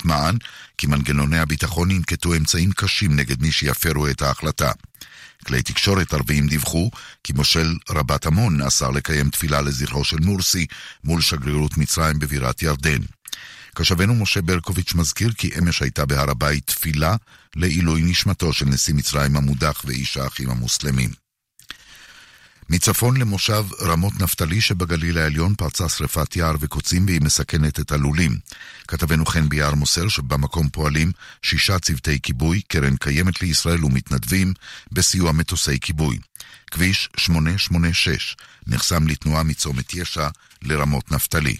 מען כי מנגנוני הביטחון ינקטו אמצעים קשים נגד מי שיפרו את ההחלטה. כלי תקשורת ערביים דיווחו כי מושל רבת עמון אסר לקיים תפילה לזכרו של מורסי מול שגרירות מצרים בבירת ירדן. כשבנו משה ברקוביץ' מזכיר כי אמש הייתה בהר הבית תפילה לעילוי נשמתו של נשיא מצרים המודח ואיש האחים המוסלמים. מצפון למושב רמות נפתלי שבגליל העליון פרצה שרפת יער וקוצים והיא מסכנת את הלולים. כתבנו חן ביער מוסר שבמקום פועלים 6 צוותי כיבוי, קרן קיימת לישראל ומתנדבים בסיוע מטוסי כיבוי. כביש 886 נחסם לתנועה מצומת ישע לרמות נפתלי.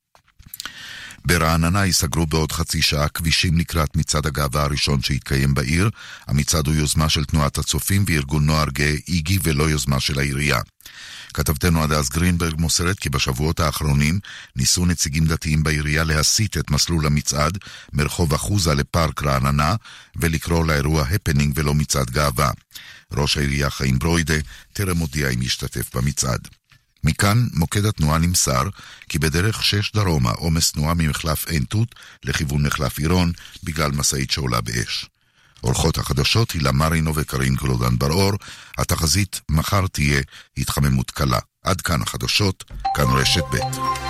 ברעננה ייסגרו בעוד חצי שעה כבישים לקראת מצעד הגאווה הראשון שהתקיים בעיר. המצעד הוא יוזמה של תנועת הצופים וארגון נוער גאה איגי ולא יוזמה של העירייה. כתבתנו הדס גרינברג מוסרת כי בשבועות האחרונים ניסו נציגים דתיים בעירייה להסיט את מסלול המצעד מרחוב אחוזה לפארק רעננה ולקרוא לאירוע הפנינג ולא מצעד גאווה. ראש העירייה חיים ברוידה טרם הודיע אם ישתתף במצעד. מכאן מוקד התנועה נמסר כי בדרך 6 דרומה עומס תנועה ממחלף עין תות לכיוון מחלף עירון בגלל מסעית שעולה באש. אורחות החדשות הילה מרינו וקרין גלודן ברור. התחזית מחר תהיה התחממות קלה. עד כאן החדשות, כאן רשת ב'.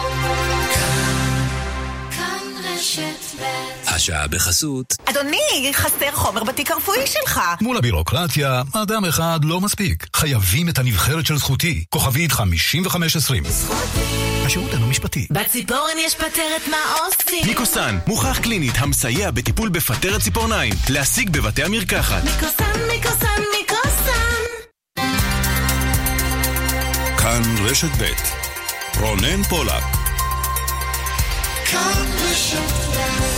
כאן רשת ב'. השעה בחסות. אדוני, חסר חומר בתיק הרפואי שלך. מול הבירוקרטיה, אדם אחד לא מספיק. חייבים את הנבחרת של זכותי. כוכבית 5520. השירות אינו משפטי. בציפורן יש פטרת מה עושים. מיקוסן, מוכח קלינית המסייע בטיפול בפטרת ציפורניים. להשיג בבתי המרקחת. מיקוסן, מיקוסן, מיקוסן. כאן רשת ב'. רונן פולק. כאן רשת ב'.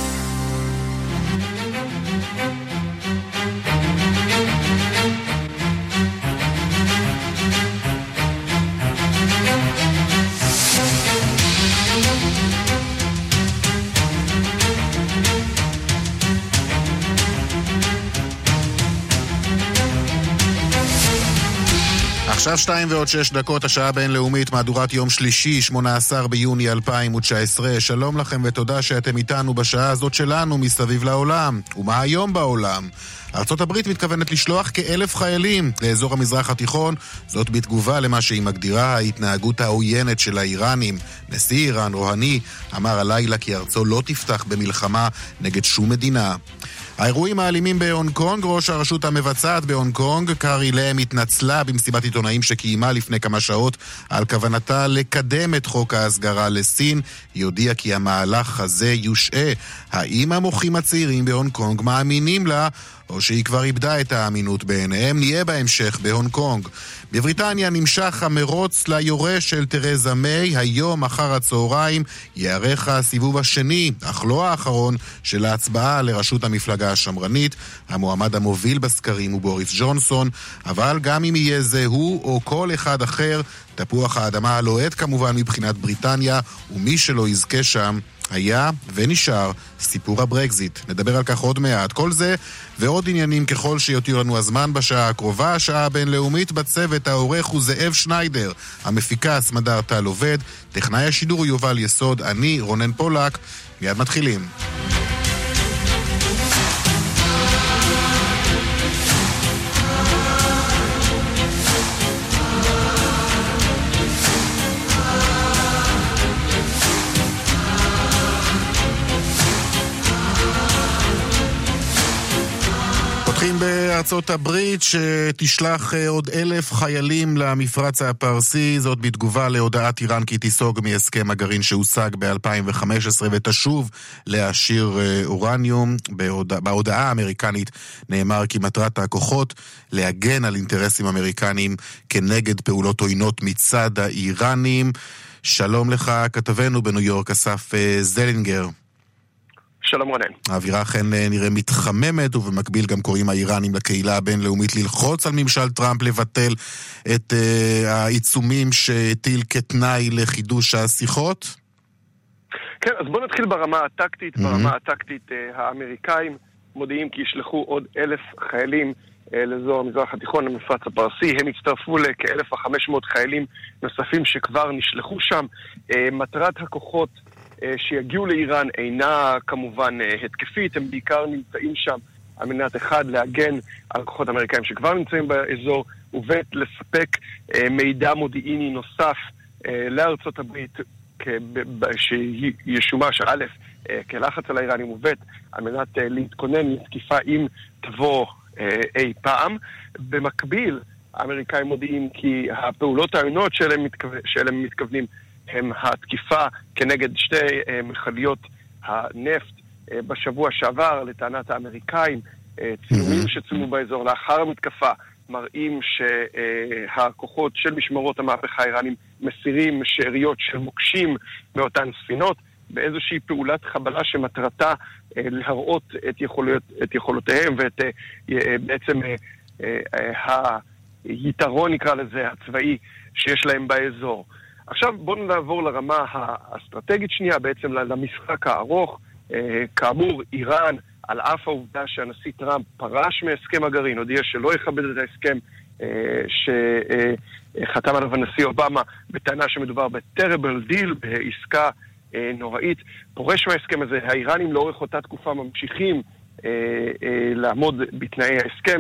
עכשיו 2:06, השעה הבינלאומית, מהדורת יום שלישי, 18 ביוני 2019. שלום לכם ותודה שאתם איתנו בשעה הזאת שלנו מסביב לעולם. ומה היום בעולם? ארצות הברית מתכוונת לשלוח כ1,000 חיילים לאזור המזרח התיכון, זאת בתגובה למה שהיא מגדירה ההתנהגות העוינת של האיראנים. נשיא איראן רוהני אמר הלילה כי ארצו לא תפתח במלחמה נגד שום מדינה. האירועים האלימים בהונג קונג, ראש הרשות המבצעת בהונג קונג, קארי לם, התנצלה במסיבת עיתונאים שקיימה לפני כמה שעות על כוונתה לקדם את חוק ההסגרה לסין. היא הודיעה כי המהלך הזה יושעה. האם המוחים הצעירים בהונג קונג מאמינים לה, או שהיא כבר איבדה את האמינות בעיניהם? נהיה בהמשך בהונג קונג. בבריטניה נמשך המרוץ ליורש של תרזה מיי. היום אחר הצהריים יערך הסיבוב השני, אך לא האחרון, של ההצבעה לראשות המפלגה השמרנית. המועמד המוביל בסקרים הוא בוריס ג'ונסון, אבל גם אם יהיה זה הוא או כל אחד אחר, תפוח האדמה הלוהט כמובן מבחינת בריטניה, ומי שלא יזכה שם היה ונשאר סיפור הברקזיט. נדבר על כך עוד מעט. כל זה ועוד עניינים ככל שיותיר לנו הזמן בשעה הקרובה. השעה הבינלאומית, בצוות העורך הוא זאב שניידר, המפיקה סמדר טל עובד, טכנאי השידור יובל יסוד, אני רונן פולק. מיד מתחילים. בארצות הברית שתשלח עוד 1,000 חיילים למפרץ הפרסי, זאת בתגובה להודעת איראן כי תיסוג מהסכם הגרעין שהושג ב-2015 ותשוב להעשיר אורניום. בהודעה האמריקנית נאמר כי מטרת הכוחות להגן על אינטרסים אמריקניים כנגד פעולות עוינות מצד האיראנים. שלום לך, כתבנו בניו יורק אסף זלינגר. שלום רונן. האווירה אכן נראה מתחממת, ובמקביל גם קוראים האיראנים לקהילה הבינלאומית ללחוץ על ממשל טראמפ לבטל את העיצומים שהטיל כתנאי לחידוש השיחות. כן, אז בואו נתחיל ברמה הטקטית. ברמה הטקטית האמריקאים מודיעים כי ישלחו עוד 1,000 חיילים לאזור המזרח התיכון, למפרץ הפרסי. הם הצטרפו לכ-1,500 חיילים נוספים שכבר נשלחו שם. מטרת הכוחות שיגיעו לאיראן אינה כמובן התקפית, הם בעיקר נמצאים שם על מנת אחד להגן על כוחות אמריקאים שכבר נמצאים באזור, ובית לספק מידע מודיעיני נוסף לארצות הברית שישומש א' כלחץ על האיראנים, ובית על מנת להתכונן לתקיפה אם תבוא אי פעם. במקביל, האמריקאים מודיעים כי הפעולות העוינות שאליהם מתכוונים הם התקיפה כנגד שתי מכליות הנפט בשבוע שעבר. לטענת האמריקאים, צילומים שצולמו באזור לאחר המתקפה מראים שהכוחות של משמרות המהפכה האיראנים מסירים שאריות של מוקשים מאותן ספינות באיזושהי פעולת חבלה שמטרתה להראות את יכולותיהם ואת בעצם היתרון, נקרא לזה, הצבאי שיש להם באזור. עכשיו בואו נעבור לרמה האסטרטגית שנייה, בעצם למשחק הארוך. כאמור, איראן, על אף העובדה שהנשיא טראמפ פרש מהסכם הגרעין, הודיע שלא יכבד את ההסכם שחתם עליו הנשיא אובמה, בטענה שמדובר בטריבל דיל, בעסקה נוראית, פורש מההסכם הזה. האיראנים לאורך אותה תקופה ממשיכים לעמוד בתנאי ההסכם.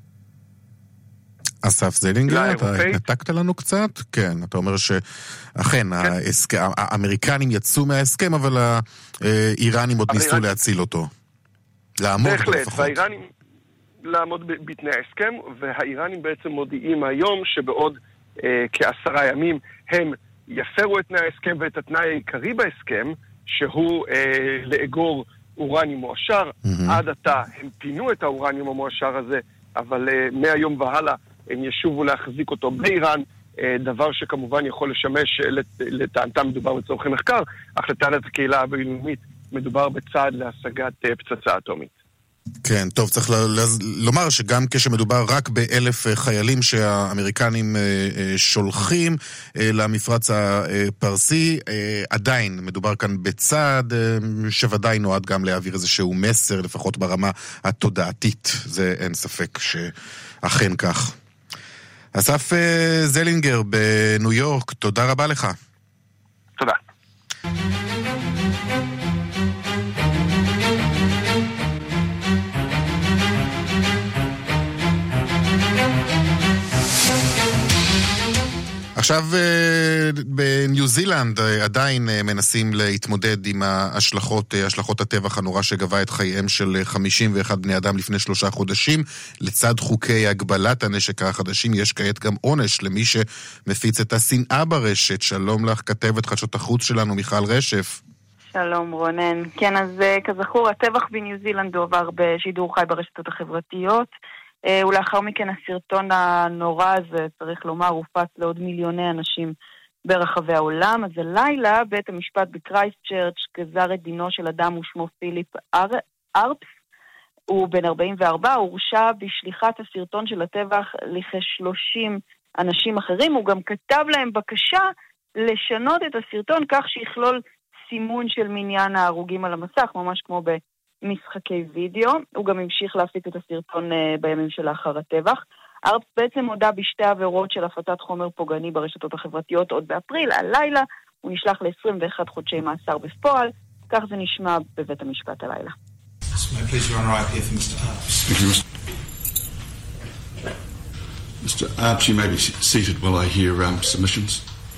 אסף זלינגר, אתה התנתקת לנו קצת? כן, אתה אומר שאכן, האמריקנים יצאו מההסכם, אבל האיראנים עוד ניסו להציל אותו. לעמוד בו לפחות. והאיראנים לעמוד בתנאי ההסכם, והאיראנים בעצם מודיעים היום שבעוד כ10 ימים הם יפרו את תנאי ההסכם ואת התנאי העיקרי בהסכם, שהוא לאגור אורניום מועשר. עד עתה הם פינו את האורניום המועשר הזה, אבל מהיום והלאה הם ישובו להחזיק אותו באיראן, דבר שכמובן יכול לשמש, לטענתם מדובר בצורכי מחקר, אך לטענת הקהילה הבינלאומית מדובר בצעד להשגת פצצה אטומית. כן, טוב, צריך לומר שגם כשמדובר רק ב1,000 חיילים שהאמריקנים שולחים למפרץ הפרסי, עדיין מדובר כאן בצעד שוודאי נועד גם להעביר איזשהו מסר, לפחות ברמה התודעתית. זה אין ספק שאכן כך. אסף זלינגר בניו יורק, תודה רבה לך. תודה. עכשיו בניו זילנד עדיין מנסים להתמודד עם השלכות הטבח הנורא שגבה את חייהם של 51 בני אדם לפני 3 חודשים. לצד חוקי הגבלת הנשק החדשים יש כעת גם עונש למי שמפיץ את השנאה ברשת. שלום לך, כתבת חדשות החוץ שלנו מיכל רשף. שלום רונן. כן, אז כזכור הטבח בניו זילנד עובר בשידור חי ברשתות החברתיות. ולאחר מכן הסרטון הנורא הזה, צריך לומר, הופץ לעוד מיליוני אנשים ברחבי העולם. אז הלילה בית המשפט בקרייסטצ'רץ' גזר את דינו של אדם ושמו פיליפ ארפס. הוא בן 44, הורשע בשליחת הסרטון של הטבח לכ-30 אנשים אחרים. הוא גם כתב להם בקשה לשנות את הסרטון כך שיכלול סימון של מניין ההרוגים על המסך, ממש כמו משחקי וידאו. הוא גם המשיך להפיץ את הסרטון בימים של לאחר הטבח. ארפס בעצם הודה בשתי עבירות של הפצת חומר פוגעני ברשתות החברתיות עוד באפריל. הלילה הוא נשלח ל-21 חודשי מאסר בפועל. כך זה נשמע בבית המשפט הלילה. Mr. Arps, you may be seated while I hear submissions.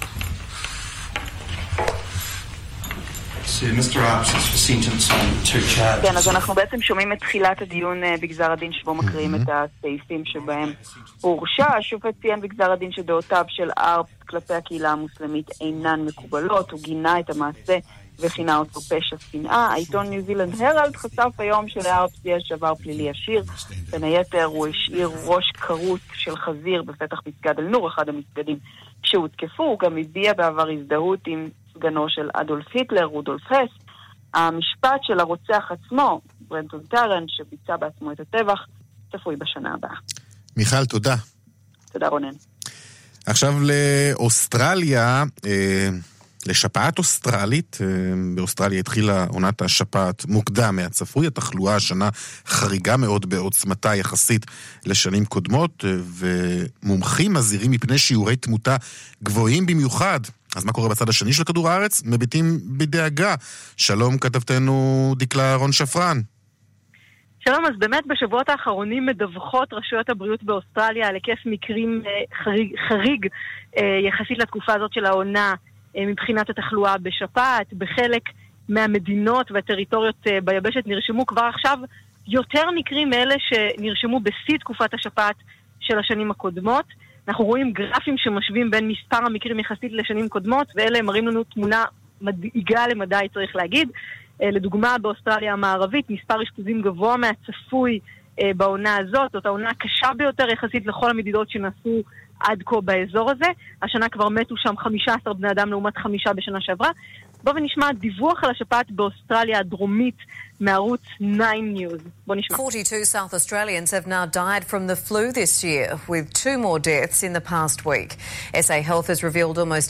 כן, אז אנחנו בעצם שומעים את תחילת הדיון בגזר הדין שבו מקריאים את הסעיפים שבהם הוא הורשע. השופט ציין בגזר הדין שדעותיו של ארפס כלפי הקהילה המוסלמית אינן מקובלות. הוא גינה את המעשה וכינה אותו פשע שנאה. העיתון ניו זילנד הרלד חשף היום שלארפס יש עבר פלילי ישיר. בין היתר הוא השאיר ראש כרות של חזיר בפתח מסגד אל נור, אחד המסגדים שהותקפו. הוא גם הביע בעבר הזדהות עם סגנו של אדולף היטלר, רודולף הס. המשפט של הרוצח עצמו, ברנטון טרנט, שביצע בעצמו את הטבח, צפוי בשנה הבאה. מיכל, תודה. תודה רונן. עכשיו לאוסטרליה, לשפעת אוסטרלית. באוסטרליה התחילה עונת השפעת מוקדם מהצפוי. התחלואה השנה חריגה מאוד בעוצמתה יחסית לשנים קודמות, ומומחים מזהירים מפני שיעורי תמותה גבוהים במיוחד אז מה קורה בצד השני של כדור הארץ? מביטים בדאגה. שלום כתבתנו דקלה רון שפרן. שלום, אז באמת בשבועות האחרונים מדווחות רשויות הבריאות באוסטרליה על היקף מקרים חריג יחסית לתקופה הזאת של העונה מבחינת התחלואה בשפעת. בחלק מהמדינות והטריטוריות ביבשת נרשמו כבר עכשיו יותר מקרים מאלה שנרשמו בשיא תקופת השפעת של השנים הקודמות. אנחנו רואים גרפים שמשווים בין מספר המקרים יחסית לשנים קודמות, ואלה מראים לנו תמונה מדאיגה למדי, צריך להגיד. לדוגמה, באוסטרליה המערבית, מספר אשפוזים גבוה מהצפוי בעונה הזאת. זאת העונה הקשה ביותר יחסית לכל המדידות שנעשו עד כה באזור הזה. השנה כבר מתו שם 15 בני אדם לעומת 5 בשנה שעברה. בוא ונשמע דיווח על השפעת באוסטרליה הדרומית מערוץ 9 News. בוא נשמע. 42 South Australians have now died from the flu this year, with 2 more deaths in the past week. SA Health has revealed almost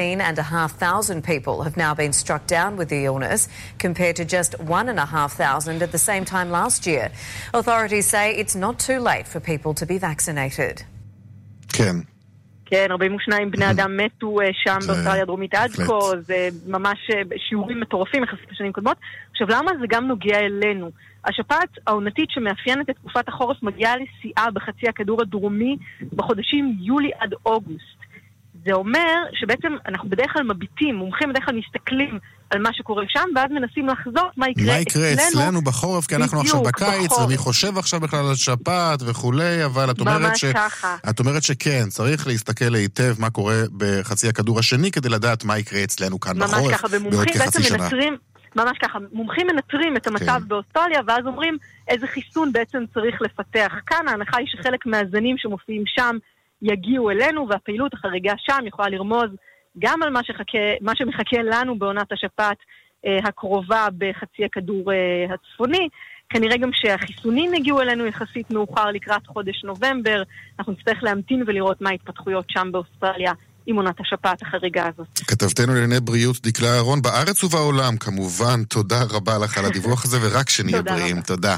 18,500 people have now been struck down with the illness, compared to just 1,500 at the same time last year. Authorities say it's not too late for people to be vaccinated. כן. כן, 42 בני אדם מתו שם באוסטרליה הדרומית עד כה, זה ממש שיעורים מטורפים יחסית לשנים קודמות. עכשיו, למה זה גם נוגע אלינו? השפעת העונתית שמאפיינת את תקופת החורף מגיעה לשיאה בחצי הכדור הדרומי בחודשים יולי עד אוגוסט. זה אומר שבעצם אנחנו בדרך כלל מביטים, מומחים בדרך כלל מסתכלים על מה שקורה שם, ואז מנסים לחזור מה יקרה אצלנו בחורף, כי אנחנו עכשיו בקיץ, ואני חושב עכשיו בכלל על שפעת וכולי, אבל את אומרת שכן, צריך להסתכל היטב מה קורה בחצי הכדור השני, כדי לדעת מה יקרה אצלנו כאן בחורף, בעוד כחצי שנה. ממש ככה, מומחים מנטרים את המצב באוסטרליה, ואז אומרים איזה חיסון בעצם צריך לפתח. כאן ההנחה היא שחלק מהזנים שמופיעים שם יגיעו אלינו, והפעילות החריגה שם יכולה לרמוז גם על מה שמחכה לנו בעונת השפעת הקרובה בחצי הכדור הצפוני. כנראה גם שהחיסונים יגיעו אלינו יחסית מאוחר לקראת חודש נובמבר. אנחנו נצטרך להמתין ולראות מה ההתפתחויות שם באוסטרליה עם עונת השפעת החריגה הזאת. כתבתנו לענייני בריאות דקלה רון בארץ ובעולם, כמובן. תודה רבה לך על הדיווח הזה, ורק שנהיה בריאים. תודה.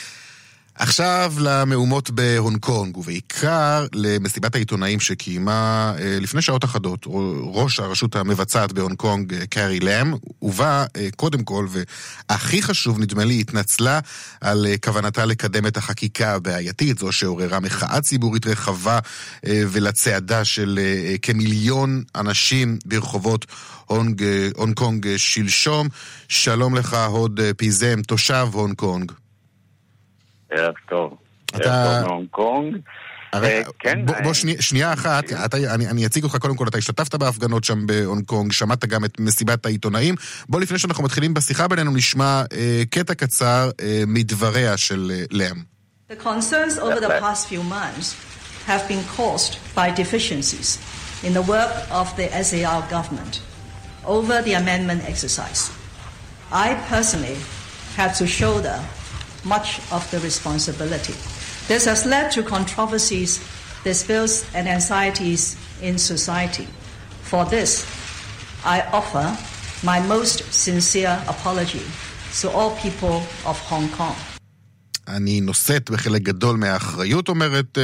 עכשיו למהומות בהונג קונג, ובעיקר למסיבת העיתונאים שקיימה לפני שעות אחדות ראש הרשות המבצעת בהונג קונג, קארי לם, ובה קודם כל, והכי חשוב נדמה לי, התנצלה על כוונתה לקדם את החקיקה הבעייתית, זו שעוררה מחאה ציבורית רחבה ולצעדה של כמיליון אנשים ברחובות הונג קונג שלשום. שלום לך, הוד פיזם, תושב הונג קונג. ערב טוב. ערב טוב מהונג קונג. בוא שנייה אחת, אני אציג אותך קודם כל, אתה השתתפת בהפגנות שם בהונג קונג, שמעת גם את מסיבת העיתונאים. בוא לפני שאנחנו מתחילים בשיחה בינינו נשמע קטע קצר מדבריה של לם. The concerns over the past few months have been caused by deficiencies in the work of the SAR government over the amendment exercise. I personally had to shoulder much of the responsibility. This has led to controversies, disputes and anxieties in society. For this, I offer my most sincere apology to all people of Hong Kong. אני נושאת בחלק גדול מהאחריות, אומרת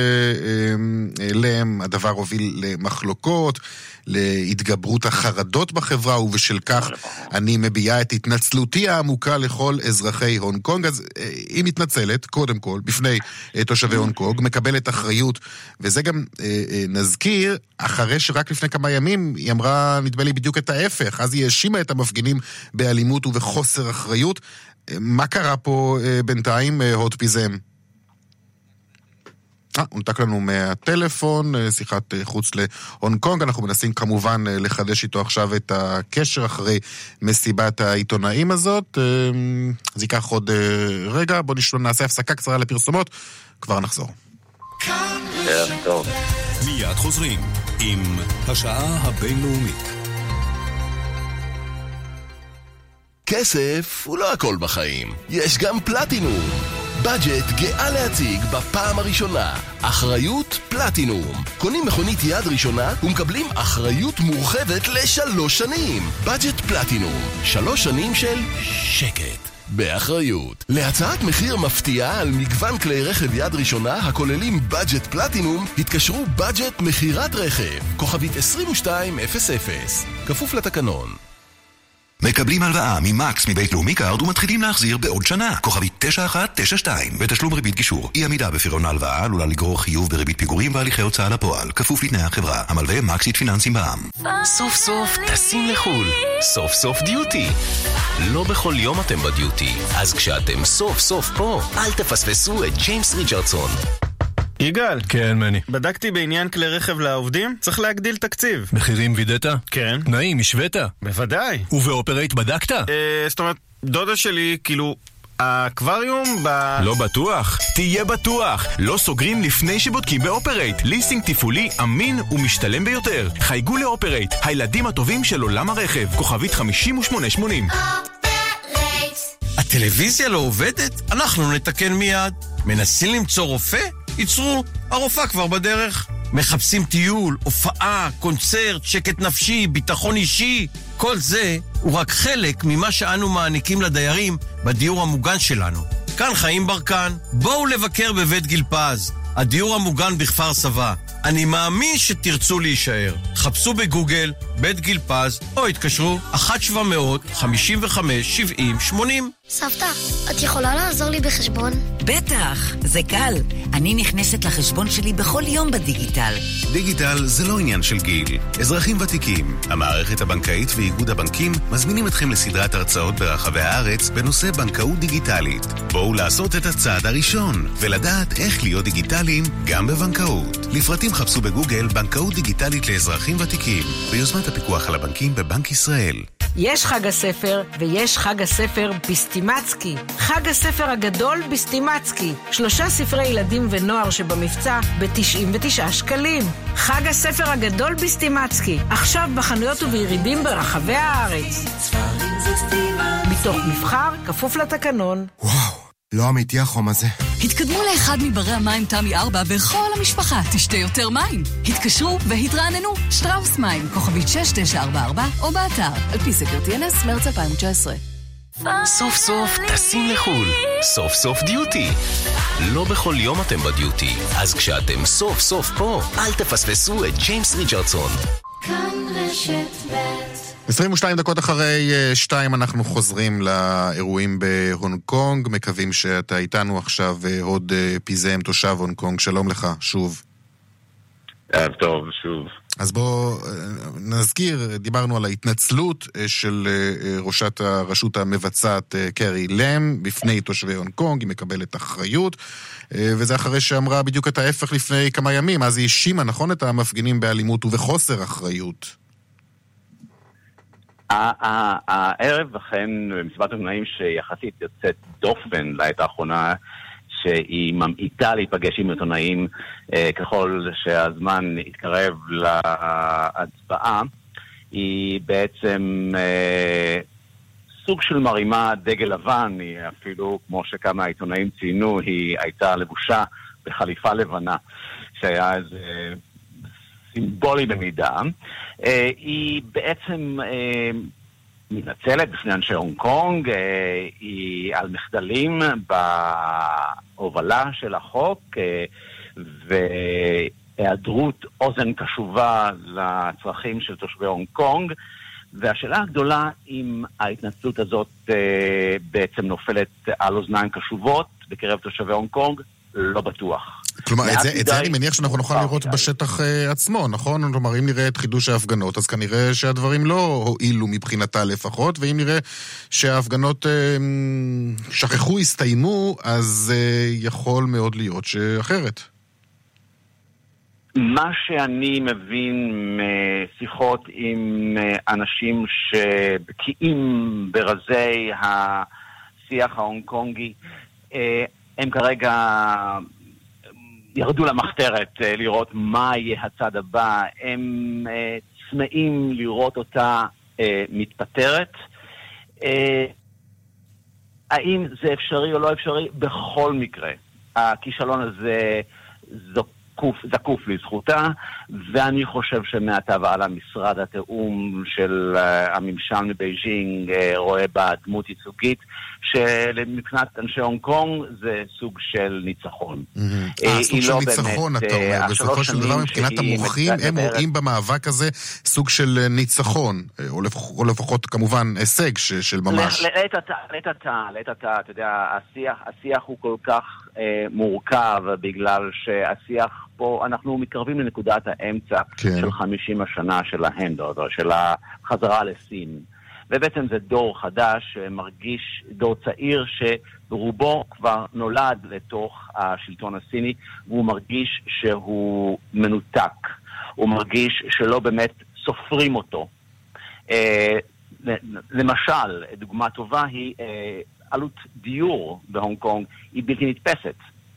לם. הדבר הוביל למחלוקות, להתגברות החרדות בחברה, ובשל כך אני מביעה את התנצלותי העמוקה לכל אזרחי הונג קונג. אז היא מתנצלת, קודם כל, בפני תושבי הונג קונג, מקבלת אחריות, וזה גם נזכיר, אחרי שרק לפני כמה ימים היא אמרה, נדמה לי בדיוק את ההפך, אז היא האשימה את המפגינים באלימות ובחוסר אחריות. מה קרה פה בינתיים, הוד פיזם? הונתק לנו מהטלפון, שיחת חוץ להונג קונג. אנחנו מנסים כמובן לחדש איתו עכשיו את הקשר אחרי מסיבת העיתונאים הזאת. זה ייקח עוד רגע, בוא נעשה הפסקה קצרה לפרסומות, כבר נחזור. מיד חוזרים עם השעה הבינלאומית. כסף הוא לא הכל בחיים, יש גם פלטינום. בדג'ט גאה להציג בפעם הראשונה אחריות פלטינום. קונים מכונית יד ראשונה ומקבלים אחריות מורחבת ל3 שנים. בדג'ט פלטינום, 3 שנים של שקט. באחריות. להצעת מחיר מפתיעה על מגוון כלי רכב יד ראשונה הכוללים בדג'ט פלטינום, התקשרו בדג'ט מחירת רכב, כוכבית 2200, כפוף לתקנון. מקבלים הלוואה ממקס מבית לאומי קארד ומתחילים להחזיר בעוד שנה. כוכבית 9192 בתשלום ריבית גישור. אי עמידה בפירעון ההלוואה עלולה לגרור חיוב בריבית פיגורים והליכי הוצאה לפועל. כפוף לתנאי החברה. המלווה מקסית פיננסים בע"מ. סוף סוף טסים לחול. סוף סוף דיוטי. לא בכל יום אתם בדיוטי. אז כשאתם סוף סוף פה, אל תפספסו את ג'יימס ריצ'רדסון. יגאל. כן, מני. בדקתי בעניין כלי רכב לעובדים, צריך להגדיל תקציב. מחירים וידאת? כן. נעים, השווית? בוודאי. ובאופרייט בדקת? זאת אומרת, דודה שלי, כאילו, האקווריום לא בטוח? תהיה בטוח. לא סוגרים לפני שבודקים באופרייט. ליסינג תפעולי אמין ומשתלם ביותר. חייגו לאופרייט, הילדים הטובים של עולם הרכב. כוכבית 5880. הטלוויזיה לא עובדת? אנחנו נתקן מיד. מנסים למצוא רופא? ייצרו, הרופאה כבר בדרך. מחפשים טיול, הופעה, קונצרט, שקט נפשי, ביטחון אישי. כל זה הוא רק חלק ממה שאנו מעניקים לדיירים בדיור המוגן שלנו. כאן חיים ברקן. בואו לבקר בבית גיל פז, הדיור המוגן בכפר סבא. אני מאמין שתרצו להישאר. חפשו בגוגל בית גיל פז או התקשרו 1-700-55-70-80. סבתא, את יכולה לעזור לי בחשבון? בטח, זה קל. אני נכנסת לחשבון שלי בכל יום בדיגיטל. דיגיטל זה לא עניין של גיל. אזרחים ותיקים, המערכת הבנקאית ואיגוד הבנקים מזמינים אתכם לסדרת הרצאות ברחבי הארץ בנושא בנקאות דיגיטלית. בואו לעשות את הצעד הראשון ולדעת איך להיות דיגיטליים גם בבנקאות. לפרטים חפשו בגוגל בנקאות דיגיטלית לאזרחים ותיקים ביוזמת הפיקוח על הבנקים בבנק ישראל. יש חג הספר ויש חג הספר בסטימצקי. חג הספר הגדול בסטימצקי. 3 ספרי ילדים ונוער שבמבצע ב-99 שקלים. חג הספר הגדול בסטימצקי. עכשיו בחנויות ובירידים ברחבי הארץ. מתוך מבחר, כפוף לתקנון. וואו, לא אמיתי החום הזה. התקדמו לאחד מברי המים תמי 4 בכל המשפחה. תשתה יותר מים. התקשרו והתרעננו. שטראוס מים, כוכבית 6944 או באתר. על פי סקר TNS, מרץ 2019. סוף סוף טסים לחול. סוף סוף דיוטי. לא בכל יום אתם בדיוטי. אז כשאתם סוף סוף פה, אל תפספסו את ג'יימס ריצ'רדסון. כאן רשת ב' 22 דקות אחרי 2 אנחנו חוזרים לאירועים בהונג קונג. מקווים שאתה איתנו עכשיו. הוד פיזם, תושב הונג קונג, שלום לך שוב. ערב טוב שוב. אז בוא נזכיר, דיברנו על ההתנצלות של ראשת הרשות המבצעת קרי לם בפני תושבי הונג קונג. היא מקבלת אחריות, וזה אחרי שאמרה בדיוק את ההפך לפני כמה ימים. אז היא האשימה, נכון, את המפגינים באלימות ובחוסר אחריות. הערב אכן מסיבת עיתונאים שיחסית יוצאת דופן לעת האחרונה, שהיא ממעיטה להיפגש עם עיתונאים ככל שהזמן יתקרב להצבעה. היא בעצם סוג של מרימה דגל לבן. היא אפילו, כמו שכמה העיתונאים ציינו, היא הייתה לבושה בחליפה לבנה, שהיה איזה סימבולי במידה. היא בעצם מתנצלת בפני אנשי הונג קונג, היא על מחדלים בהובלה של החוק והיעדרות אוזן קשובה לצרכים של תושבי הונג קונג. והשאלה הגדולה אם ההתנצלות הזאת בעצם נופלת על אוזניים קשובות בקרב תושבי הונג קונג, לא בטוח. כלומר, את זה אני מניח שאנחנו נוכל לראות בשטח עצמו, נכון? כלומר, אם נראה את חידוש ההפגנות, אז כנראה שהדברים לא הועילו מבחינתה לפחות, ואם נראה שההפגנות שכחו, הסתיימו, אז יכול מאוד להיות שאחרת. מה שאני מבין משיחות עם אנשים שבקיאים ברזי השיח ההונג קונגי, הם כרגע ירדו למחתרת לראות מה יהיה הצד הבא. הם צמאים לראות אותה מתפטרת. האם זה אפשרי או לא אפשרי? בכל מקרה, הכישלון הזה זו זקוף לזכותה, ואני חושב שמעתה ועלה משרד התאום של הממשל מבייג'ינג רואה בה דמות ייצוגית, שמבחינת אנשי הונג קונג זה סוג של ניצחון. סוג של ניצחון, אתה אומר, בסופו של דבר מבחינת המוחים, הם רואים במאבק הזה סוג של ניצחון, או לפחות כמובן הישג של ממש. לעת עתה, אתה יודע, השיח הוא כל כך מורכב, בגלל שהשיח פה, אנחנו מתקרבים לנקודת האמצע של 50 השנה של ההנדות, או של החזרה לסין. ובעצם זה דור חדש, מרגיש דור צעיר שברובו כבר נולד לתוך השלטון הסיני, והוא מרגיש שהוא מנותק. הוא מרגיש שלא באמת סופרים אותו. למשל, דוגמה טובה היא עלות דיור בהונג קונג היא בלתי נתפסת.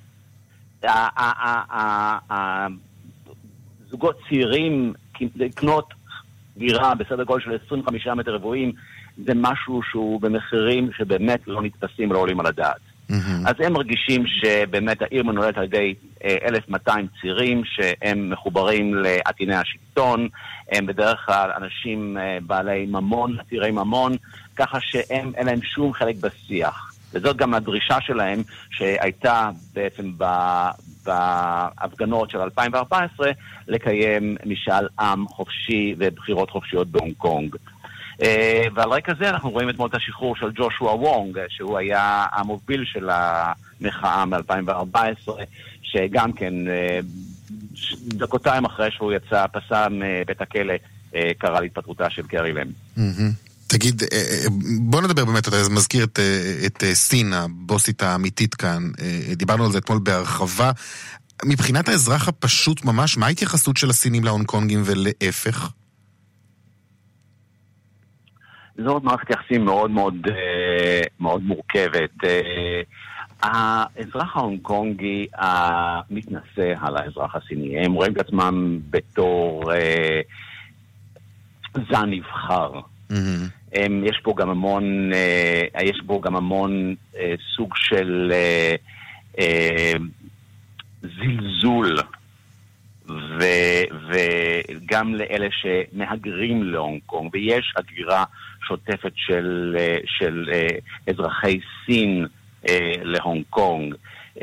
זוגות צעירים לקנות דירה בסדר גודל של 25 מטר רבועים, זה משהו שהוא במחירים שבאמת לא נתפסים ולא עולים על הדעת. אז הם מרגישים שבאמת העיר מנוהלת על ידי 1,200 צעירים שהם מחוברים לעטיני השלטון, הם בדרך כלל אנשים בעלי ממון, עתירי ממון, ככה שהם אין להם שום חלק בשיח. וזאת גם הדרישה שלהם שהייתה בעצם בהפגנות של 2014 לקיים משאל עם חופשי ובחירות חופשיות בהונג קונג. ועל רקע זה אנחנו רואים אתמול את השחרור של ג'ושוע וונג, שהוא היה המוביל של המחאה מ-2014, שגם כן דקותיים אחרי שהוא יצא, פסע מבית הכלא, קרא להתפטרותה של קרי לם. תגיד, בוא נדבר באמת, אתה מזכיר את סין, הבוסית האמיתית כאן, דיברנו על זה אתמול בהרחבה. מבחינת האזרח הפשוט ממש, מה ההתייחסות של הסינים להונג קונגים ולהפך? זאת מערכת יחסים מאוד מאוד מאוד מורכבת. האזרח ההונג קונגי מתנשא על האזרח הסיני. הם רואים את עצמם בתור זן נבחר. יש פה גם המון סוג של זלזול, וגם לאלה שמהגרים להונג קונג, ויש הגירה שוטפת של אזרחי סין להונג קונג.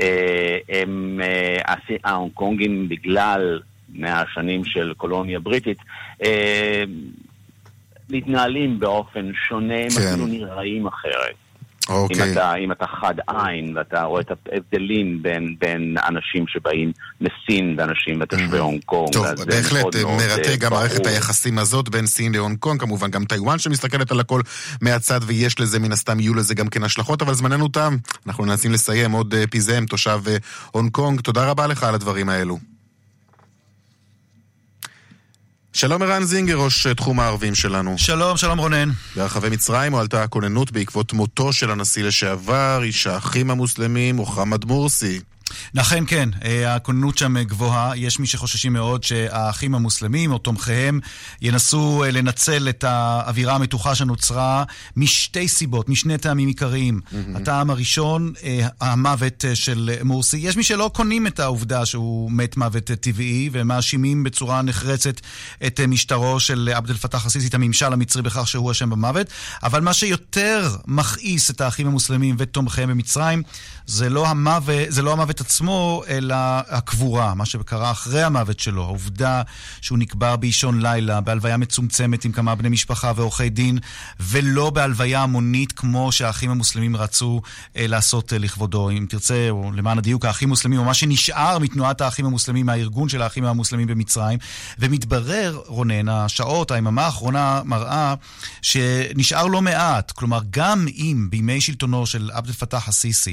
ההונג קונגים בגלל 100 שנים של קולוניה בריטית מתנהלים באופן שונה, הם אפילו נראים אחרת. אם אתה חד עין ואתה רואה את ההבדלים בין אנשים שבאים מסין ואנשים ותושבי הונג קונג. טוב, בהחלט מרתק גם מערכת היחסים הזאת בין סין להונג קונג, כמובן גם טיואן שמסתכלת על הכל מהצד, ויש לזה מן הסתם יהיו לזה גם כן השלכות, אבל זמננו תם, אנחנו ננסים לסיים. עוד פיזם, תושב הונג קונג, תודה רבה לך על הדברים האלו. שלום ערן זינגר, ראש תחום הערבים שלנו. שלום, שלום רונן. ברחבי מצרים הועלתה הכוננות בעקבות מותו של הנשיא לשעבר, איש האחים המוסלמים, מוחמד מורסי. לכן כן, הכוננות שם גבוהה. יש מי שחוששים מאוד שהאחים המוסלמים או תומכיהם ינסו לנצל את האווירה המתוחה שנוצרה משתי סיבות, משני טעמים עיקריים. הטעם הראשון, המוות של מורסי. יש מי שלא קונים את העובדה שהוא מת מוות טבעי, ומאשימים בצורה נחרצת את משטרו של עבד אל פתח א-סיסי, את הממשל המצרי, בכך שהוא אשם במוות. אבל מה שיותר מכעיס את האחים המוסלמים ותומכיהם במצרים, זה לא המוות עצמו, אלא הקבורה, מה שקרה אחרי המוות שלו, העובדה שהוא נקבר באישון לילה, בהלוויה מצומצמת עם כמה בני משפחה ועורכי דין, ולא בהלוויה המונית כמו שהאחים המוסלמים רצו לעשות לכבודו. אם תרצה, או למען הדיוק, האחים המוסלמים, או מה שנשאר מתנועת האחים המוסלמים, מהארגון של האחים המוסלמים במצרים, ומתברר, רונן, השעות, היממה האחרונה מראה שנשאר לא מעט, כלומר, גם אם בימי שלטונו של עבד אל פתח א-סיסי,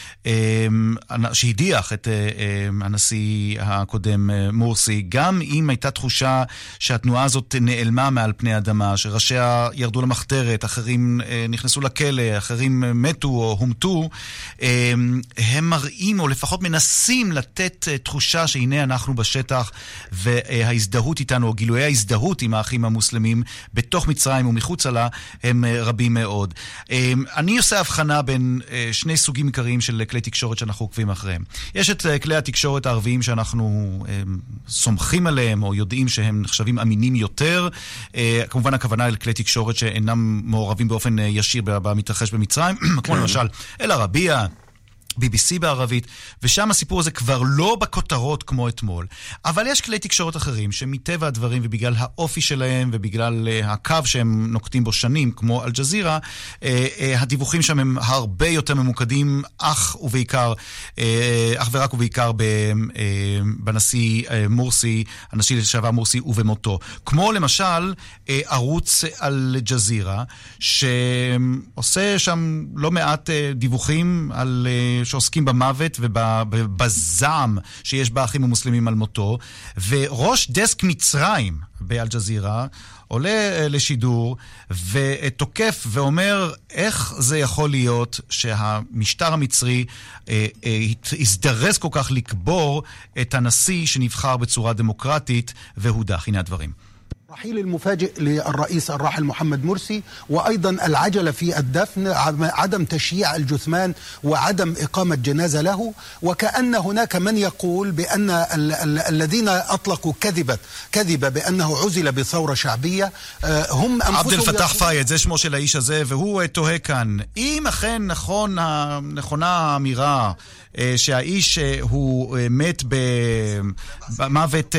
שהדיח את הנשיא הקודם מורסי, גם אם הייתה תחושה שהתנועה הזאת נעלמה מעל פני אדמה, שראשיה ירדו למחתרת, אחרים נכנסו לכלא, אחרים מתו או הומתו, הם מראים, או לפחות מנסים לתת תחושה שהנה אנחנו בשטח, וההזדהות איתנו, או גילויי ההזדהות עם האחים המוסלמים, בתוך מצרים ומחוצה לה, הם רבים מאוד. אני עושה הבחנה בין שני סוגים עיקריים של כלי תקשורת שאנחנו עוקבים אחריהם. יש את כלי התקשורת הערביים שאנחנו סומכים עליהם, או יודעים שהם נחשבים אמינים יותר. כמובן הכוונה אל כלי תקשורת שאינם מעורבים באופן ישיר במתרחש במצרים, כמו למשל אל-ערבייה, BBC בערבית, ושם הסיפור הזה כבר לא בכותרות כמו אתמול. אבל יש כלי תקשורת אחרים שמטבע הדברים ובגלל האופי שלהם ובגלל הקו שהם נוקטים בו שנים, כמו אל-ג'זירה, הדיווחים שם הם הרבה יותר ממוקדים, אך ורק ובעיקר בנשיא מורסי, הנשיא לשעבר מורסי ובמותו. כמו למשל ערוץ אל-ג'זירה, שעושה שם לא מעט דיווחים על שעוסקים במוות ובזעם שיש באחים המוסלמים על מותו, וראש דסק מצרים באל-ג'זירה עולה לשידור ותוקף ואומר איך זה יכול להיות שהמשטר המצרי הזדרז כל כך לקבור את הנשיא שנבחר בצורה דמוקרטית והודח. הנה הדברים. الرحيل المفاجئ للرئيس الراحل محمد مرسي وأيضا العجلة في الدفن، عدم تشييع الجثمان وعدم إقامة جنازة له، وكأن هناك من يقول بأن الذين أطلقوا كذبة بأنه عزل بثورة شعبية هم أنفسهم. עבד אל-פתח פייד, זה שמו של האיש הזה, והוא תוהה כאן, אם אכן נכונה האמירה שהאיש הוא מת במוות,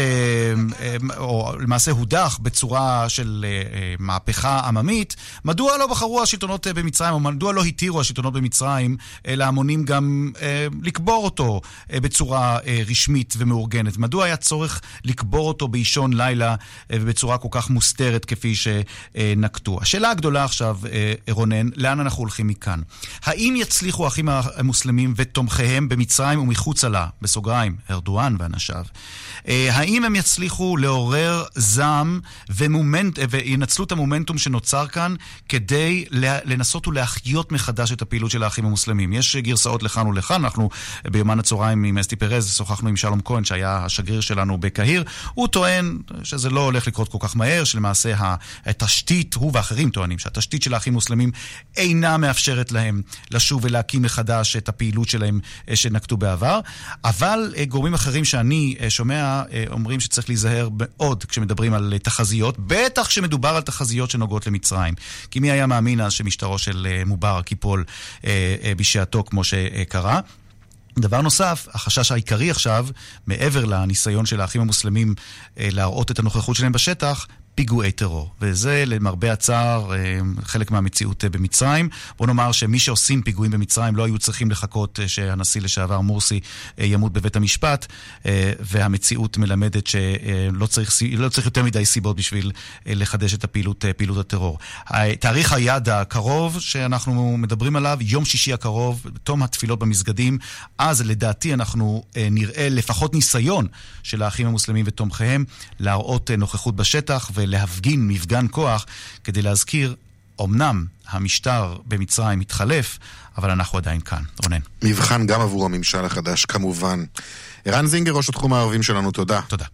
או למעשה הודח בצורה של מהפכה עממית, מדוע לא בחרו השלטונות במצרים, או מדוע לא התירו השלטונות במצרים להמונים גם לקבור אותו בצורה רשמית ומאורגנת? מדוע היה צורך לקבור אותו באישון לילה ובצורה כל כך מוסתרת כפי שנקטו? השאלה הגדולה עכשיו, רונן, לאן אנחנו הולכים מכאן? האם יצליחו האחים המוסלמים ותומכיהם במצרים ומחוצה לה, בסוגריים, ארדואן ואנשיו, האם הם יצליחו לעורר זעם וינצלו את המומנטום שנוצר כאן כדי לנסות ולהחיות מחדש את הפעילות של האחים המוסלמים? יש גרסאות לכאן ולכאן. אנחנו ביומן הצהריים עם אסתי פרז שוחחנו עם שלום כהן שהיה השגריר שלנו בקהיר. הוא טוען שזה לא הולך לקרות כל כך מהר, שלמעשה התשתית, הוא ואחרים טוענים שהתשתית של האחים המוסלמים אינה מאפשרת להם לשוב ולהקים מחדש את הפעילות שלהם שנקטו בעבר. אבל גורמים אחרים שאני שומע אומרים שצריך להיזהר מאוד כשמדברים על תחזיות, בטח כשמדובר על תחזיות שנוגעות למצרים. כי מי היה מאמין אז שמשטרו של מובארק ייפול בשעתו כמו שקרה? דבר נוסף, החשש העיקרי עכשיו, מעבר לניסיון של האחים המוסלמים להראות את הנוכחות שלהם בשטח, פיגועי טרור. וזה למרבה הצער חלק מהמציאות במצרים. בוא נאמר שמי שעושים פיגועים במצרים לא היו צריכים לחכות שהנשיא לשעבר מורסי ימות בבית המשפט, והמציאות מלמדת שלא צריך יותר מדי סיבות בשביל לחדש את פעילות הטרור. תאריך היעד הקרוב שאנחנו מדברים עליו, יום שישי הקרוב, תום התפילות במסגדים, אז לדעתי אנחנו נראה לפחות ניסיון של האחים המוסלמים ותומכיהם להראות נוכחות בשטח ולהפגין מפגן כוח כדי להזכיר, אמנם המשטר במצרים מתחלף, אבל אנחנו עדיין כאן. רונן. מבחן גם עבור הממשל החדש, כמובן. ערן זינגר, ראש התחום הערבים שלנו, תודה. תודה.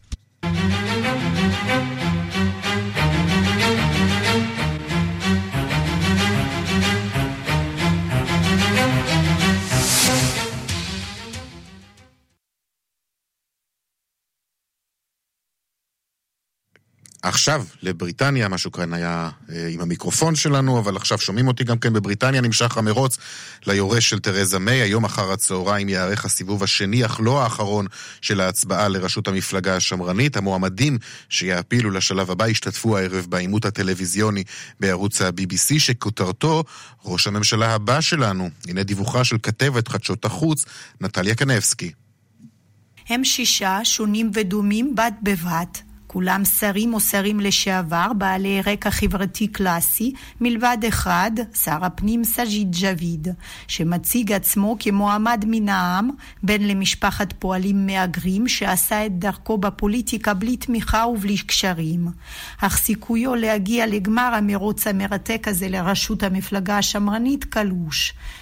עכשיו לבריטניה, משהו כאן היה עם המיקרופון שלנו, אבל עכשיו שומעים אותי גם כן. בבריטניה נמשך המרוץ ליורש של תרזה מיי. היום אחר הצהריים יערך הסיבוב השני, אך לא האחרון, של ההצבעה לראשות המפלגה השמרנית. המועמדים שיעפילו לשלב הבא השתתפו הערב בעימות הטלוויזיוני בערוץ ה-BBC, שכותרתו ראש הממשלה הבא שלנו. הנה דיווחה של כתבת חדשות החוץ, נטליה קנבסקי. הם 6 שונים ודומים בד בבד. כולם שרים או שרים לשעבר, בעלי רקע חברתי קלאסי, מלבד אחד, שר הפנים סג'יד ג'וויד, שמציג עצמו כמועמד מן העם, בן למשפחת פועלים מאגרים, שעשה את דרכו בפוליטיקה בלי תמיכה ובלי קשרים. אך סיכויו להגיע לגמר המרוץ המרתק הזה לראשות המפלגה השמרנית קלוש.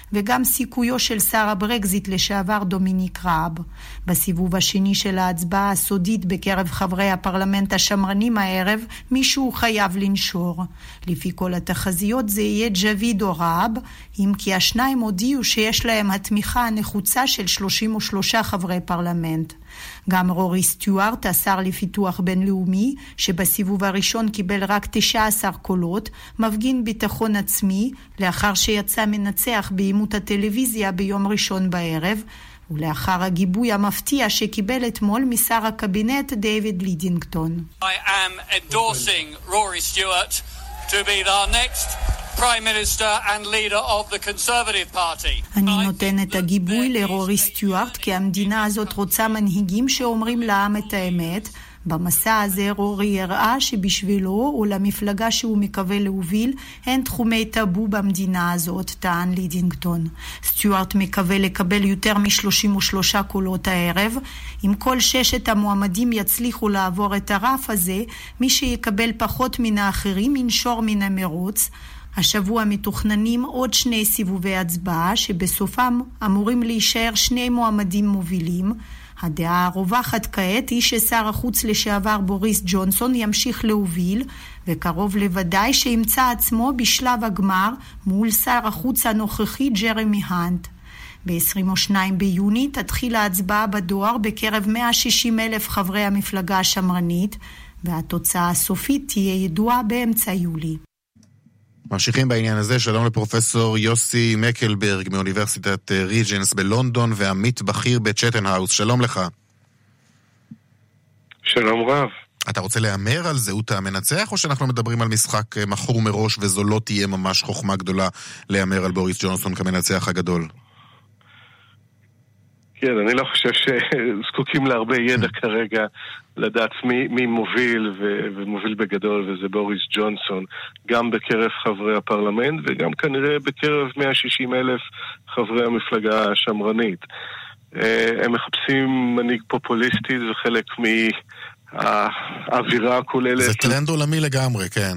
וגם סיכויו של שר הברקזיט לשעבר דומיניק ראב. בסיבוב השני של ההצבעה הסודית בקרב חברי הפרלמנט השמרנים הערב, מישהו חייב לנשור. לפי כל התחזיות זה יהיה ג'וויד או ראב, אם כי השניים הודיעו שיש להם התמיכה הנחוצה של 33 חברי פרלמנט. גם רורי סטיוארט, השר לפיתוח בינלאומי, שבסיבוב הראשון קיבל רק 19 קולות, מפגין ביטחון עצמי לאחר שיצא מנצח בעימות הטלוויזיה ביום ראשון בערב, ולאחר הגיבוי המפתיע שקיבל אתמול משר הקבינט דיוויד לידינגטון. I am endorsing Rory Stewart to be the next Prime Minister and leader of the Conservative Party. אני נותן את הגיבוי לרורי סטיוארט כי המדינה הזאת רוצה מנהיגים שאומרים לעם את האמת. במסע הזה רורי הראה שבשבילו ולמפלגה שהוא מקווה להוביל אין תחומי טאבו במדינה הזאת, טען לידינגטון. סטיוארט מקווה לקבל יותר מ-33 קולות הערב. אם כל 6 המועמדים יצליחו לעבור את הרף הזה, מי שיקבל פחות מן האחרים ינשור מן המרוץ. השבוע מתוכננים עוד 2 סיבובי הצבעה שבסופם אמורים להישאר 2 מועמדים מובילים. הדעה הרווחת כעת היא ששר החוץ לשעבר בוריס ג'ונסון ימשיך להוביל, וקרוב לוודאי שימצא עצמו בשלב הגמר מול שר החוץ הנוכחי ג'רמי האנט. ב-22 ביוני תתחיל ההצבעה בדואר בקרב 160,000 חברי המפלגה השמרנית, והתוצאה הסופית תהיה ידועה באמצע יולי. ממשיכים בעניין הזה, שלום לפרופסור יוסי מקלברג מאוניברסיטת ריג'נס בלונדון ועמית בכיר בצ'טן האוס, שלום לך. שלום רב. אתה רוצה להאמר על זהות המנצח או שאנחנו מדברים על משחק מכור מראש וזו לא תהיה ממש חוכמה גדולה להאמר על בוריס ג'ונסון כמנצח הגדול? כן, אני לא חושב שזקוקים להרבה ידע כרגע לדעת מי מוביל ומוביל בגדול, וזה בוריס ג'ונסון, גם בקרב חברי הפרלמנט וגם כנראה בקרב 160,000 חברי המפלגה השמרנית. הם מחפשים מנהיג פוליסטי, זה חלק מהאווירה הכוללת. זה טרנד עולמי לגמרי, כן.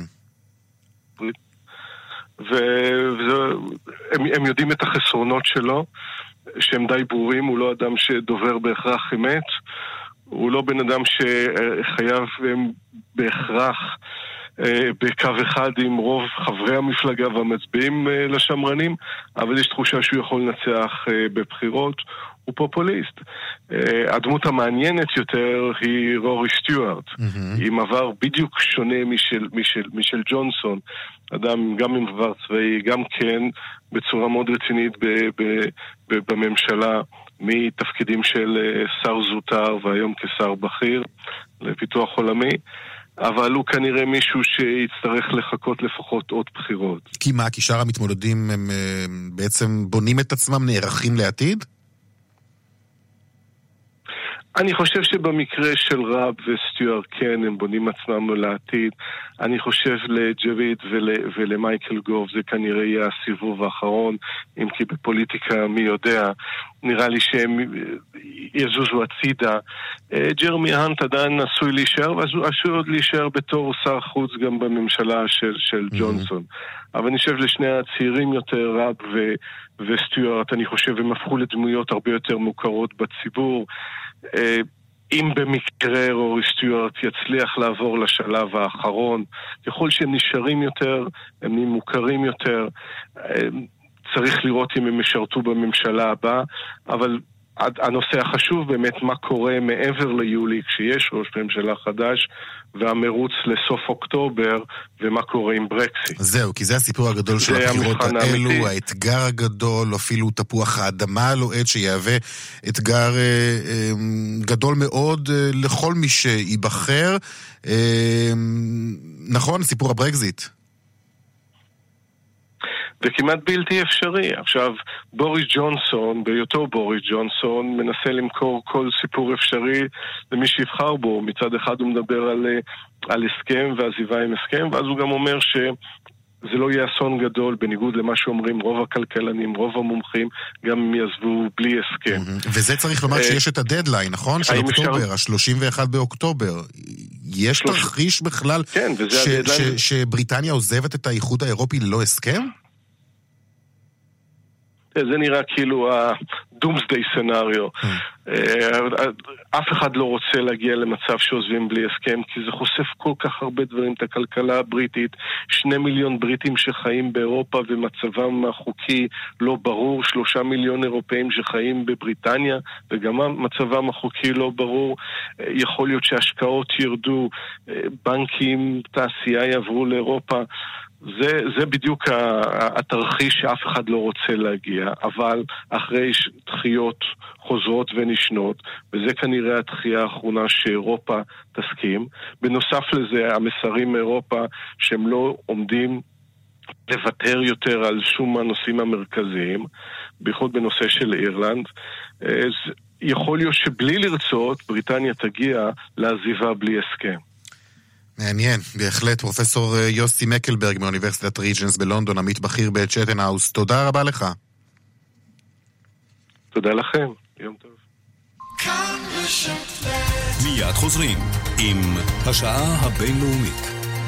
והם יודעים את החסרונות שלו, שהם די ברורים. הוא לא אדם שדובר בהכרח אמת, הוא לא בן אדם שחייב בהכרח בקו אחד עם רוב חברי המפלגה והמצביעים לשמרנים, אבל יש תחושה שהוא יכול לנצח בבחירות. הוא פופוליסט. הדמות המעניינת יותר היא רורי סטיוארט, עם עבר בדיוק שונה משל ג'ונסון, אדם גם עם עבר צבאי, גם כן בצורה מאוד רצינית בממשלה, מתפקידים של שר זוטר והיום כשר בכיר לפיתוח עולמי, אבל הוא כנראה מישהו שיצטרך לחכות לפחות עוד בחירות. כי מה, כי שאר המתמודדים הם בעצם בונים את עצמם, נערכים לעתיד? אני חושב שבמקרה של ראב וסטיוארט כן, הם בונים עצמם לעתיד. אני חושב לג'וויד ולמייקל גוב זה כנראה יהיה הסיבוב האחרון, אם כי בפוליטיקה מי יודע, נראה לי שהם יזוזו הצידה. ג'רמי האנט עדיין עשוי להישאר, ועשוי עוד להישאר בתור שר חוץ גם בממשלה של ג'ונסון. אבל אני חושב לשני הצעירים יותר, ראב וסטיוארט, אני חושב הם הפכו לדמויות הרבה יותר מוכרות בציבור. אם במקרה רורי סטיוארט יצליח לעבור לשלב האחרון, ככל שהם נשארים יותר, הם מוכרים יותר, צריך לראות אם הם משרתו בממשלה הבאה, אבל הנושא החשוב באמת מה קורה מעבר ליולי כשיש ראש ממשלה חדש והמרוץ לסוף אוקטובר ומה קורה עם ברקסיט. זהו, כי זה הסיפור הגדול של הבחירות האלו, האתגר הגדול, אפילו תפוח האדמה הלוהט שיהווה אתגר גדול מאוד לכל מי שיבחר. נכון, סיפור הברקזיט. זה כמעט בלתי אפשרי. עכשיו, בוריס ג'ונסון, בהיותו בוריס ג'ונסון, מנסה למכור כל סיפור אפשרי למי שיבחר בו. מצד אחד הוא מדבר על הסכם ועזיבה עם הסכם, ואז הוא גם אומר שזה לא יהיה אסון גדול, בניגוד למה שאומרים רוב הכלכלנים, רוב המומחים, גם אם יעזבו בלי הסכם. וזה צריך לומר שיש את הדדליין, נכון? של אוקטובר, ה-31 באוקטובר. יש תרחיש בכלל שבריטניה עוזבת את האיחוד האירופי ללא הסכם? זה נראה כאילו ה-doomsday scenario. אף אחד לא רוצה להגיע למצב שעוזבים בלי הסכם, כי זה חושף כל כך הרבה דברים, את הכלכלה הבריטית, 2 מיליון בריטים שחיים באירופה ומצבם החוקי לא ברור, 3 מיליון אירופאים שחיים בבריטניה וגם מצבם החוקי לא ברור, יכול להיות שהשקעות ירדו, בנקים, תעשייה יעברו לאירופה, זה בדיוק התרחיש שאף אחד לא רוצה להגיע, אבל אחרי דחיות חוזרות ונשנות, וזה כנראה הדחייה האחרונה שאירופה תסכים. בנוסף לזה, המסרים מאירופה שהם לא עומדים לוותר יותר על שום הנושאים המרכזיים, בייחוד בנושא של אירלנד. יכול להיות שבלי לרצות, בריטניה תגיע לעזיבה בלי הסכם. מעניין, בהחלט. פרופסור יוסי מקלברג מאוניברסיטת ריג'נס בלונדון, עמית בכיר בצ'טן האוס, תודה רבה לך. תודה לכם, יום טוב. מיד חוזרים עם השעה הבינלאומית.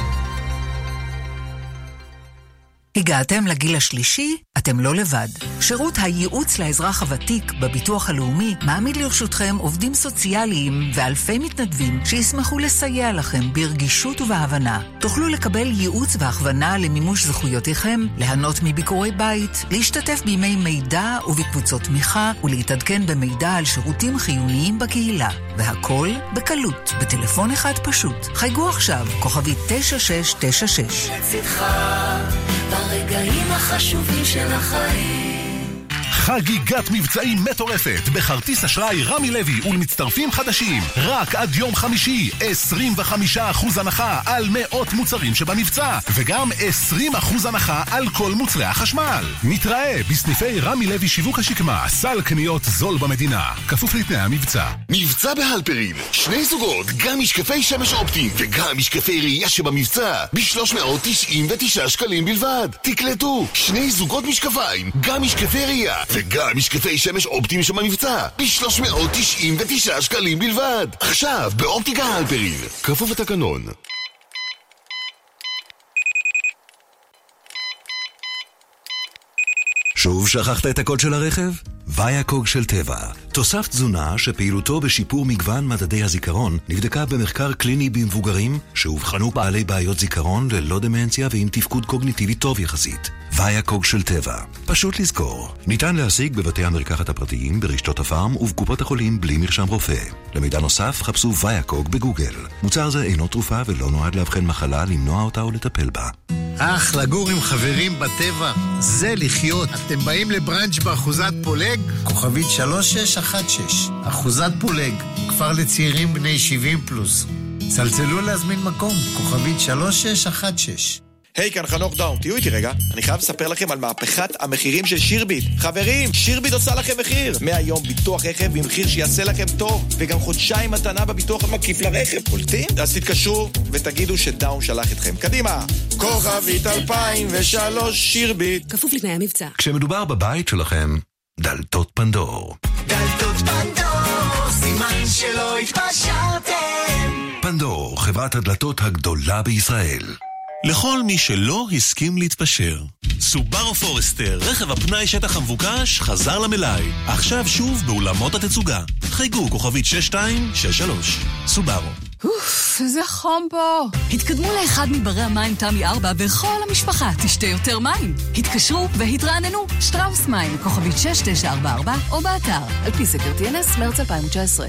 הגעתם לגיל השלישי? אתם לא לבד. שירות הייעוץ לאזרח הוותיק בביטוח הלאומי מעמיד לרשותכם עובדים סוציאליים ואלפי מתנדבים שישמחו לסייע לכם ברגישות ובהבנה. תוכלו לקבל ייעוץ והכוונה למימוש זכויותיכם, ליהנות מביקורי בית, להשתתף בימי מידע ובקבוצות תמיכה ולהתעדכן במידע על שירותים חיוניים בקהילה. והכל בקלות, בטלפון אחד פשוט. חייגו עכשיו, כוכבית 9696. לצדך ברגעים החשובים של החיים. חגיגת מבצעים מטורפת בכרטיס אשראי רמי לוי ולמצטרפים חדשים. רק עד יום חמישי 25% הנחה על מאות מוצרים שבמבצע, וגם 20% הנחה על כל מוצרי החשמל. נתראה בסניפי רמי לוי שיווק השקמה, סל קניות זול במדינה, כפוף לתנאי המבצע. מבצע בהלפרין, 2 זוגות, גם משקפי שמש אופטיים וגם משקפי ראייה שבמבצע ב-399 שקלים בלבד. תקלטו, 2 זוגות משקפיים, גם משקפי ראייה וגם משקפי שמש אופטיים שבמבצע ב-399 שקלים בלבד. עכשיו באופטיקה הלפרין, כפוף לתקנון. שוב שכחת את הקוד של הרכב? ויאקוג של טבע, תוסף תזונה שפעילותו בשיפור מגוון מדדי הזיכרון נבדקה במחקר קליני במבוגרים שהובחנו בעלי בעיות זיכרון ללא דמנציה ועם תפקוד קוגניטיבי טוב יחסית. ויאקוג של טבע, פשוט לזכור. ניתן להשיג בבתי המרקחת הפרטיים, ברשתות הפארם ובקופות החולים בלי מרשם רופא. למידע נוסף חפשו ויאקוג בגוגל. מוצר זה אינו תרופה ולא נועד לאבחן מחלה, למנוע אותה או לטפל בה. לגור עם חברים בטבע, זה לחיות. אתם באים לברנץ' באחוזת פולג? כוכבית 3616. אחוזת פולג, כפר לצעירים בני 70 פלוס. צלצלו להזמין מקום, כוכבית 3616. היי, כאן חנוך דאון, תהיו איתי רגע. אני חייב לספר לכם על מהפכת המחירים של שירביט. חברים, שירביט עושה לכם מחיר. מהיום ביטוח רכב במחיר שיעשה לכם טוב, וגם חודשיים מתנה בביטוח המקיף לרכב. קולטים? אז תתקשרו ותגידו שדאון שלח אתכם. קדימה, כוכבית 2003 שירביט. כפוף לתנאי המבצע. כשמדובר בבית שלכם, דלתות פנדור. דלתות פנדור, סימן שלא התפשרתם. פנדור, חברת הדלתות הגדולה בישראל. לכל מי שלא הסכים להתפשר. סובארו פורסטר, רכב הפנאי שטח המבוקש, חזר למלאי. עכשיו שוב באולמות התצוגה. חייגו כוכבית 6263. סובארו. איזה חום פה. התקדמו לאחד מברי המים תמי 4 וכל המשפחה תשתה יותר מים. התקשרו והתרעננו. שטראוס מים, כוכבית 6944 או באתר, על פי סקר TNS, מרץ 2019.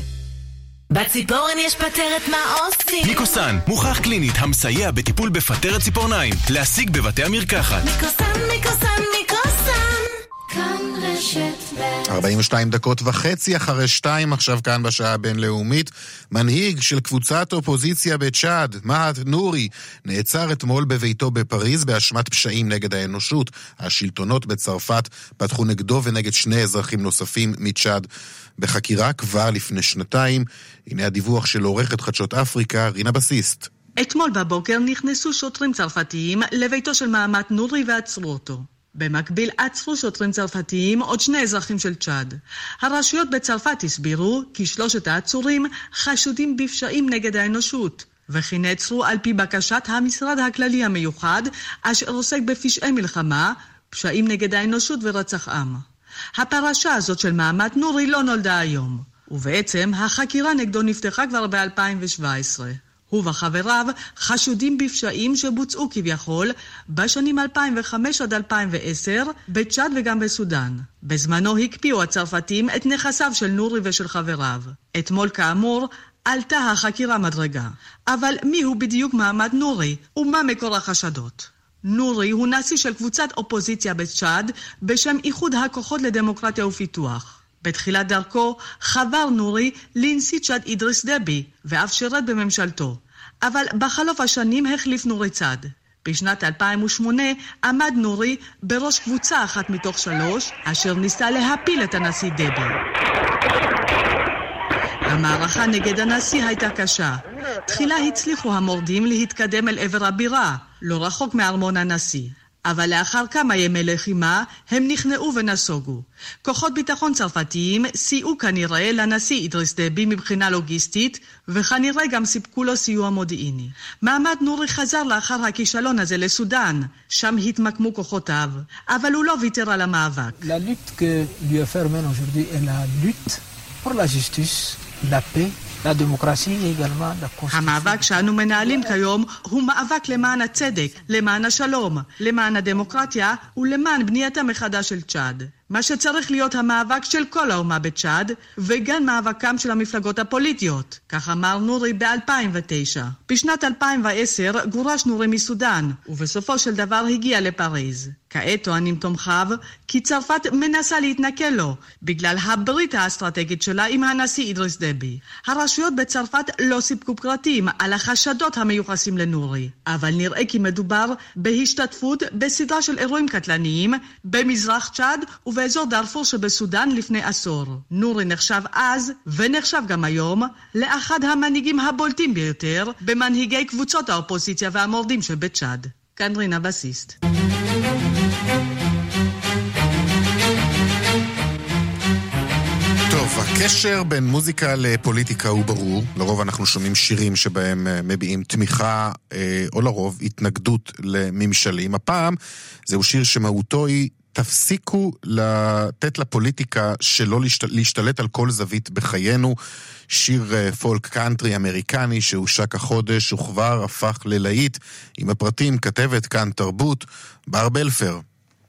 בציפורן יש פטרת מה עושים. מיקוסן, מוכח קלינית המסייע בטיפול בפטרת ציפורניים, להשיג בבתי המרקחת. מיקוסן, מיקוסן, מיקוסן. כאן רשת ב' 42 דקות וחצי אחרי 2, עכשיו כאן בשעה הבינלאומית. מנהיג של קבוצת אופוזיציה בצ'אד, מהד נורי, נעצר אתמול בביתו בפריז באשמת פשעים נגד האנושות. השלטונות בצרפת פתחו נגדו ונגד 2 אזרחים נוספים מצ'אד בחקירה כבר לפני 2. הנה הדיווח של עורכת חדשות אפריקה, רינה בסיסט. אתמול בבוקר נכנסו שוטרים צרפתיים לביתו של מהד נורי ועצרו אותו. במקביל עצרו שוטרים צרפתיים עוד 2 אזרחים של צ'אד. הרשויות בצרפת הסבירו כי 3 העצורים חשודים בפשעים נגד האנושות, וכי נעצרו על פי בקשת המשרד הכללי המיוחד, אשר עוסק בפשעי מלחמה, פשעים נגד האנושות ורצח עם. הפרשה הזאת של מעמד נורי לא נולדה היום, ובעצם החקירה נגדו נפתחה כבר ב-2017. הוא וחבריו חשודים בפשעים שבוצעו כביכול בשנים 2005 עד 2010 בצ'אד וגם בסודן. בזמנו הקפיאו הצרפתים את נכסיו של נורי ושל חבריו. אתמול כאמור עלתה החקירה מדרגה. אבל מי הוא בדיוק מעמד נורי ומה מקור החשדות? נורי הוא נשיא של קבוצת אופוזיציה בצ'אד בשם איחוד הכוחות לדמוקרטיה ופיתוח. בתחילת דרכו חבר נורי לנשיא צ'אד אידריס דבי ואף שירת בממשלתו. אבל בחלוף השנים החליף נורי צד. בשנת 2008 עמד נורי בראש קבוצה אחת מתוך 3 אשר ניסה להפיל את הנשיא דבי. המערכה נגד הנשיא הייתה קשה. תחילה הצליחו המורדים להתקדם אל עבר הבירה, לא רחוק מארמון הנשיא. אבל לאחר כמה ימי לחימה הם נכנעו ונסוגו. כוחות ביטחון צרפתיים סייעו כנראה לנשיא אידריס דבי מבחינה לוגיסטית, וכנראה גם סיפקו לו סיוע מודיעיני. מעמד נורי חזר לאחר הכישלון הזה לסודן, שם התמקמו כוחותיו, אבל הוא לא ויתר על המאבק. La lutte que lui a fait mener aujourd'hui est la lutte pour la justice, la paix. המאבק שאנו מנהלים כיום הוא מאבק למען הצדק, למען השלום, למען הדמוקרטיה ולמען בנייתה מחדש של צ'אד. מה שצריך להיות המאבק של כל האומה בצ'אד, וגם מאבקם של המפלגות הפוליטיות, כך אמר נורי ב-2009. בשנת 2010 גורש נורי מסודן, ובסופו של דבר הגיע לפריז. כעת טוענים תומכיו כי צרפת מנסה להתנכל לו, בגלל הברית האסטרטגית שלה עם הנשיא אידריס דבי. הרשויות בצרפת לא סיפקו פרטים על החשדות המיוחסים לנורי, אבל נראה כי מדובר בהשתתפות בסדרה של אירועים קטלניים במזרח צ'אד ובאזור דארפור שבסודן לפני עשור. נורי נחשב אז ונחשב גם היום לאחד המנהיגים הבולטים ביותר במנהיגי קבוצות האופוזיציה והמורדים שבצ'אד. כאן רינה בסיסט. טוב, הקשר בין מוזיקה לפוליטיקה הוא ברור. לרוב אנחנו שומעים שירים שבהם מביעים תמיכה או לרוב התנגדות לממשלים. הפעם זהו שיר שמהותו היא תפסיקו לתת לפוליטיקה שלא להשתלט על כל זווית בחיינו. שיר פולק קאנטרי אמריקני שהושק החודש וכבר הפך ללהיט. עם הפרטים כתבת כאן תרבות בר בלפר.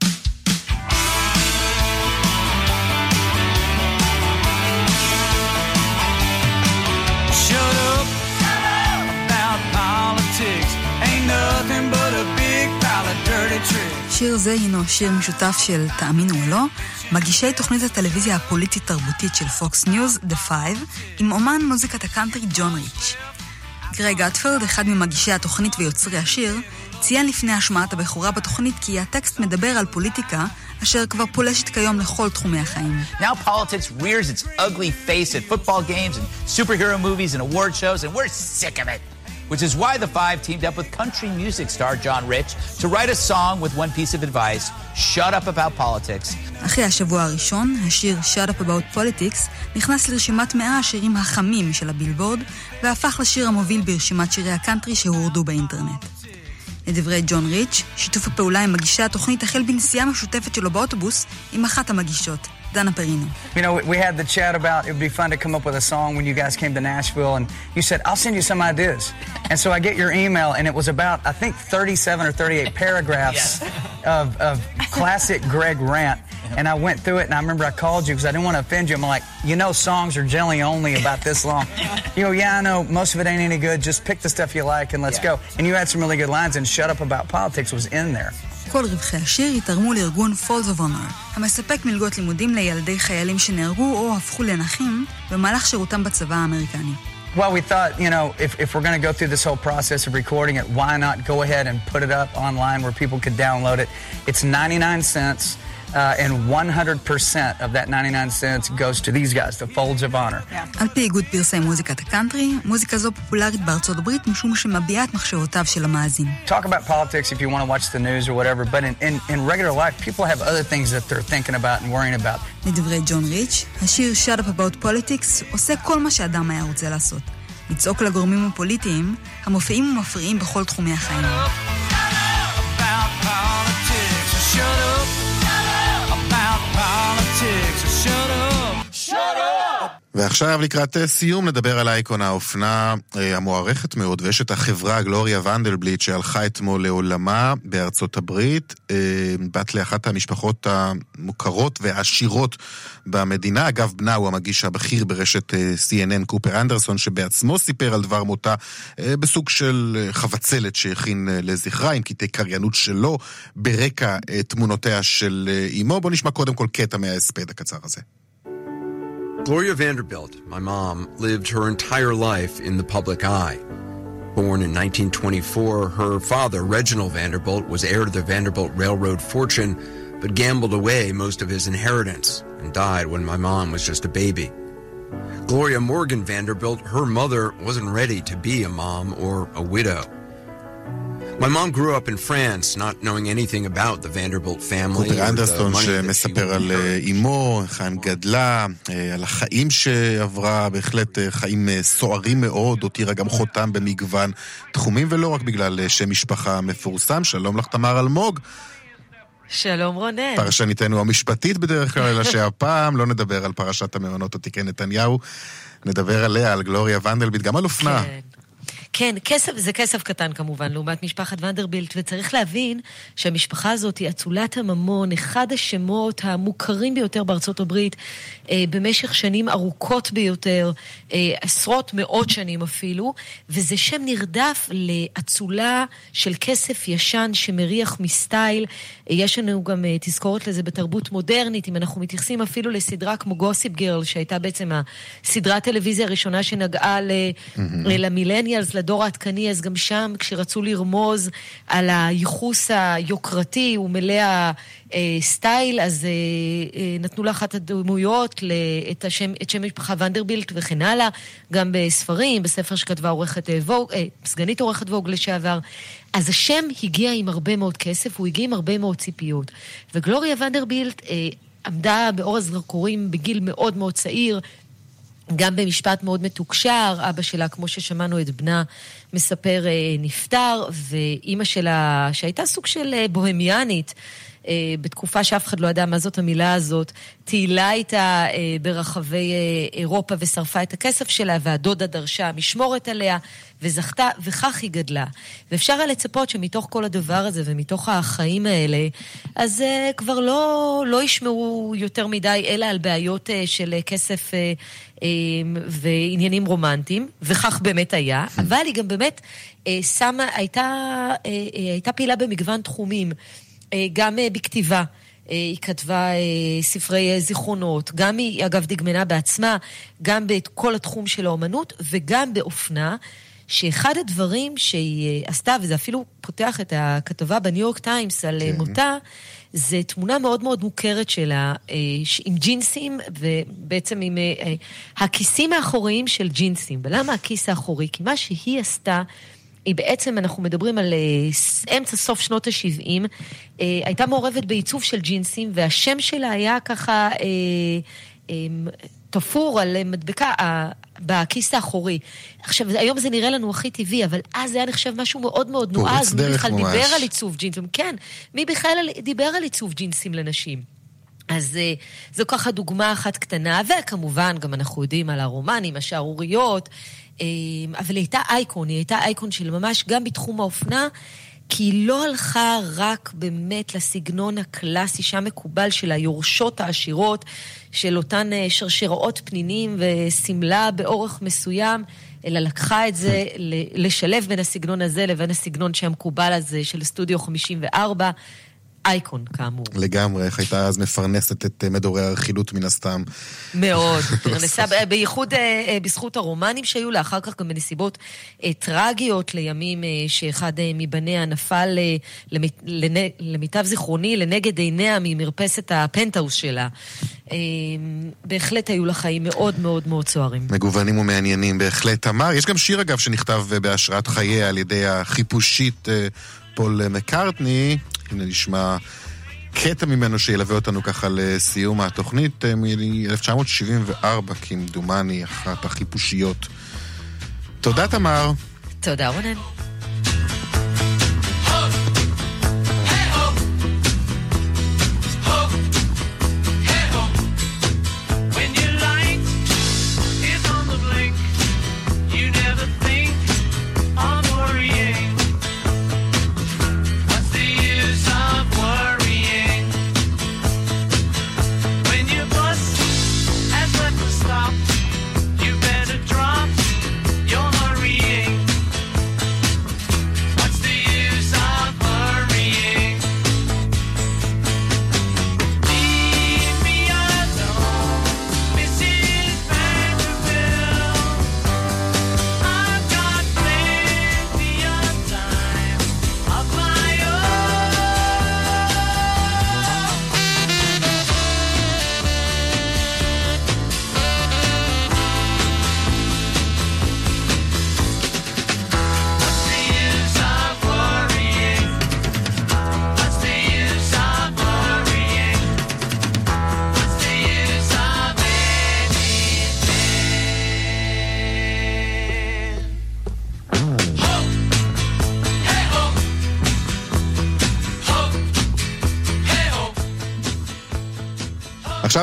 שיר זה הינו שיר משותף של תאמינו או לא, מגישי תוכנית הטלוויזיה הפוליטית-תרבותית של פוקס ניוז, The Five, עם אומן מוזיקת הקאנטרי ג'ון ריץ'. גרג אטפורד, אחד ממגישי התוכנית ויוצרי השיר, ציין לפני השמעת הבכורה בתוכנית כי הטקסט מדבר על פוליטיקה אשר כבר פולשת כיום לכל תחומי החיים. Now politics rears its ugly face at football games and superhero movies and award shows, and we're sick of it. Which is why the Five teamed up with country music star John Rich to write a song with one piece of advice: shut up about politics. אחרי השבוע הראשון, השיר Shut Up About Politics נכנס לרשימת 100 השירים החמים של הבילבורד, והפך לשיר המוביל ברשימת שירי הקאנטרי שהורדו באינטרנט. לדברי ג'ון ריץ', שיתוף הפעולה עם מגישי התוכנית החל בנסיעה משותפת שלו באוטובוס עם אחת המגישות, דנה פרינו. You know, we had the chat about it would be fun to come up with a song when you guys came to Nashville, and you said, I'll send you some ideas. And so I get your email, and it was about, I think, 37 or 38 paragraphs of classic Greg rant. And I went through it, and I remember I called you because I didn't want to offend you. I'm like, you know, songs are generally only about this long. You go, yeah, I know, most of it ain't any good. Just pick the stuff you like and let's go. And you had some really good lines, and Shut Up About Politics was in there. כל רווחי השיר יתרמו לארגון Falls of Honor, המספק מלגות לימודים לילדי חיילים שנהרגו או הפכו לנחים במהלך שירותם בצבא האמריקני. Well, we thought, you know, if we're going to go through this whole process of recording it, why not go ahead and put it up online where people could download it? It's 99 cents. And 100% of that 99 cents goes to these guys, the Folds of Honor. על פי איגוד פרסי מוזיקת הקאנטרי, מוזיקה זו פופולרית בארצות הברית משום שמביעה את מחשבותיו של המאזין. Talk about politics if you want to watch the news or whatever, but in regular life, people have other things that they're thinking about and worrying about. לדברי ג'ון ריץ', השיר Shut Up About Politics עושה כל מה שאדם היה רוצה לעשות. לצעוק לגורמים הפוליטיים, המופיעים ומפריעים בכל תחומי החיים. ועכשיו לקראת סיום נדבר על אייקון האופנה המוערכת מאוד, ויש את החברה גלוריה ונדרבילט שהלכה אתמול לעולמה בארצות הברית, בת לאחת המשפחות המוכרות והעשירות במדינה. אגב, בנה הוא המגיש הבכיר ברשת CNN, קופר אנדרסון, שבעצמו סיפר על דבר מותה בסוג של חבצלת שהכין לזכרה, עם קטעי קריינות שלו ברקע תמונותיה של אמו. בוא נשמע קודם כל קטע מההספד הקצר הזה. Gloria Vanderbilt, my mom, lived her entire life in the public eye. Born in 1924, her father, Reginald Vanderbilt, was heir to the Vanderbilt Railroad fortune, but gambled away most of his inheritance and died when my mom was just a baby. Gloria Morgan Vanderbilt, her mother, wasn't ready to be a mom or a widow. My mom grew up in France, not knowing anything about the Vanderbilt family. קופר אנדרסון שמספר על אמו, איך גדלה, על החיים שעברה, בהחלט חיים סוערים מאוד, הותירה גם חותם במגוון תחומים, ולא רק בגלל שם משפחה מפורסם. שלום לך תמר אלמוג. שלום רונן. פרשניתנו המשפטית בדרך כלל, אלא שהפעם לא נדבר על פרשת המעונות או תיקי נתניהו, נדבר עליה, על גלוריה ונדרבילט, גם על אופנה. כן, כסף, זה כסף קטן כמובן, לעומת משפחת ונדרבילט, וצריך להבין שהמשפחה הזאת היא אצולת הממון, אחד השמות המוכרים ביותר בארצות הברית, במשך שנים ארוכות ביותר, עשרות מאות שנים אפילו, וזה שם נרדף לאצולה של כסף ישן שמריח מסטייל. יש לנו גם תזכורת לזה בתרבות מודרנית, אם אנחנו מתייחסים אפילו לסדרה כמו גוסיפ גירל, שהייתה בעצם הסדרת טלוויזיה הראשונה שנגעה למילניאלס, לדור העדכני, אז גם שם כשרצו לרמוז על הייחוס היוקרתי ומלא הסטייל, אז נתנו לאחת הדמויות את שם משפחה ונדרבילט וכן הלאה, גם בספרים, בספר שכתבה סגנית עורכת ווג לשעבר. אז השם הגיע עם הרבה מאוד כסף, הוא הגיע עם הרבה מאוד ציפיות. וגלוריה ונדרבילט עמדה באור הזרקורים בגיל מאוד מאוד צעיר, גם במשפט מאוד מתוקשר. אבא שלה, כמו ששמענו את בנה מספר, נפטר, ואימא שלה, שהייתה סוג של בוהמיאנית, בתקופה שאף אחד לא ידע מה זאת המילה הזאת, תהילה איתה ברחבי אירופה ושרפה את הכסף שלה, והדודה דרשה משמורת עליה, וזכתה, וכך היא גדלה. ואפשר לצפות שמתוך כל הדבר הזה ומתוך החיים האלה, אז כבר לא ישמעו יותר מדי אלא על בעיות של כסף ועניינים רומנטיים, וכך באמת היה, אבל היא גם באמת הייתה פעילה במגוון תחומים, גם בכתיבה, היא כתבה ספרי זיכרונות, גם היא אגב דגמנה בעצמה, גם בכל התחום של האומנות, וגם באופנה, שאחד הדברים שהיא עשתה, וזה אפילו פותח את הכתבה בניו יורק טיימס על מותה, זה תמונה מאוד מאוד מוכרת שלה, עם ג'ינסים, ובעצם עם הכיסים האחוריים של ג'ינסים. ולמה הכיס האחורי? כי מה שהיא עשתה, היא בעצם, אנחנו מדברים על אמצע סוף שנות ה-70, הייתה מעורבת בעיצוב של ג'ינסים, והשם שלה היה ככה תפור על מדבקה בכיס האחורי. עכשיו, היום זה נראה לנו הכי טבעי, אבל אז זה היה נחשב משהו מאוד מאוד נועז, מי בכלל דיבר על עיצוב ג'ינסים. כן, מי בכלל דיבר על עיצוב ג'ינסים לנשים. אז זו ככה דוגמה אחת קטנה, וכמובן גם אנחנו יודעים על הרומנים, השערוריות, אבל היא הייתה אייקון של ממש גם בתחום האופנה, כי היא לא הלכה רק באמת לסגנון הקלאסי שמקובל של היורשות העשירות, של אותן שרשראות פנינים וסמלה באורך מסוים, אלא לקחה את זה לשלב בין הסגנון הזה לבין הסגנון שהמקובל הזה של סטודיו 54, אייקון, כאמור. לגמרי, איך הייתה אז מפרנסת את מדורי הרכילות מן הסתם. מאוד, פרנסה, בייחוד בזכות הרומנים שהיו לה, אחר כך גם בנסיבות טרגיות לימים שאחד מבניה נפל למיטב זיכרוני, לנגד עיניה ממרפסת הפנטהאוס שלה. בהחלט היו לה חיים מאוד מאוד מאוד צוערים. מגוונים ומעניינים, בהחלט. תמר, יש גם שיר אגב שנכתב בהשראת חייה על ידי החיפושית פול מקארטני, הנה נשמע קטע ממנו שילווה אותנו ככה לסיום התוכנית מ-1974, כמדומני, אחת החיפושיות. תודה תמר. תודה רונן. עכשיו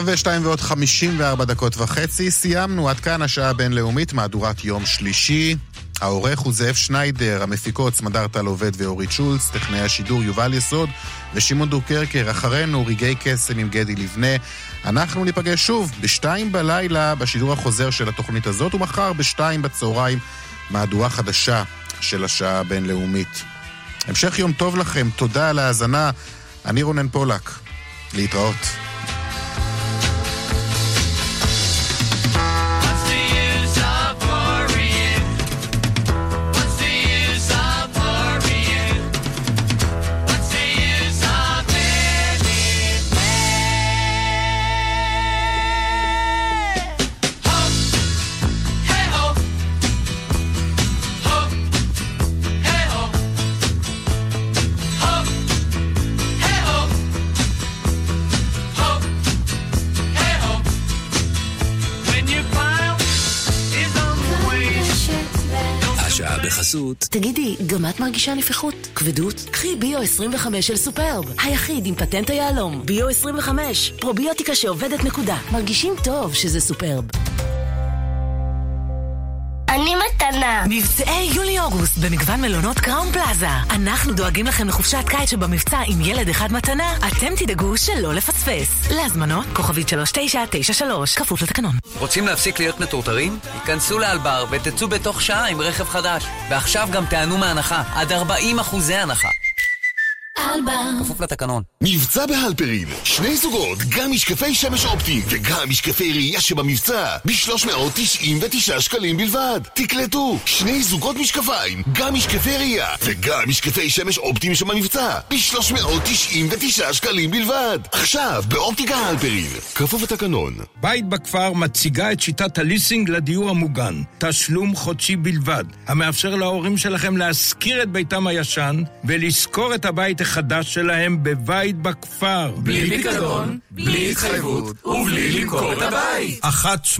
2:54 סיימנו. עד כאן השעה הבינלאומית, מהדורת יום שלישי. העורך הוא זאב שניידר, המפיקות סמדר טל עובד ואורית שולץ, טכנאי השידור יובל יסוד ושמעון דוקרקר. אחרינו רגעי קסם עם גדי לבנה. אנחנו ניפגש שוב ב-2:00 בשידור החוזר של התוכנית הזאת, ומחר ב-14:00 מהדורה חדשה של השעה הבינלאומית. המשך יום טוב לכם, תודה על ההאזנה. אני רונן פולק, להתראות. תגידי, גם את מרגישה נפיחות? כבדות? קחי ביו 25 של סופרב, היחיד עם פטנט היעלום. ביו 25, פרוביוטיקה שעובדת נקודה. מרגישים טוב שזה סופרב. אני מתנה. מבצעי יולי-אוגוסט במגוון מלונות קראון פלאזה. אנחנו דואגים לכם לחופשת קיץ שבמבצע עם ילד אחד מתנה. אתם תדאגו שלא לפספס. להזמנות, כוכבית 3993, כפוף לתקנון. רוצים להפסיק להיות מטורטרים? היכנסו לאלבר ותצאו בתוך שעה עם רכב חדש. ועכשיו גם תענו מהנחה, עד 40% הנחה. כפוף לתקנון. מבצע בהלפרין, 2 זוגות, גם משקפי שמש אופטיים וגם משקפי ראייה שבמבצע ב-399 שקלים בלבד. תקלטו, 2 זוגות משקפיים, גם משקפי ראייה וגם משקפי שמש אופטיים שבמבצע ב-399 שקלים בלבד. עכשיו באופטיקה הלפרין, כפוף לתקנון. בית בכפר מציגה את שיטת הליסינג לדיור המוגן, תשלום חודשי בלבד, המאפשר להורים שלכם להשכיר את ביתם הישן ולזכור את הבית החדש שלהם בבית בכפר. בלי פיקדון, בלי התחייבות ובלי למכור את הבית. 1-830-7070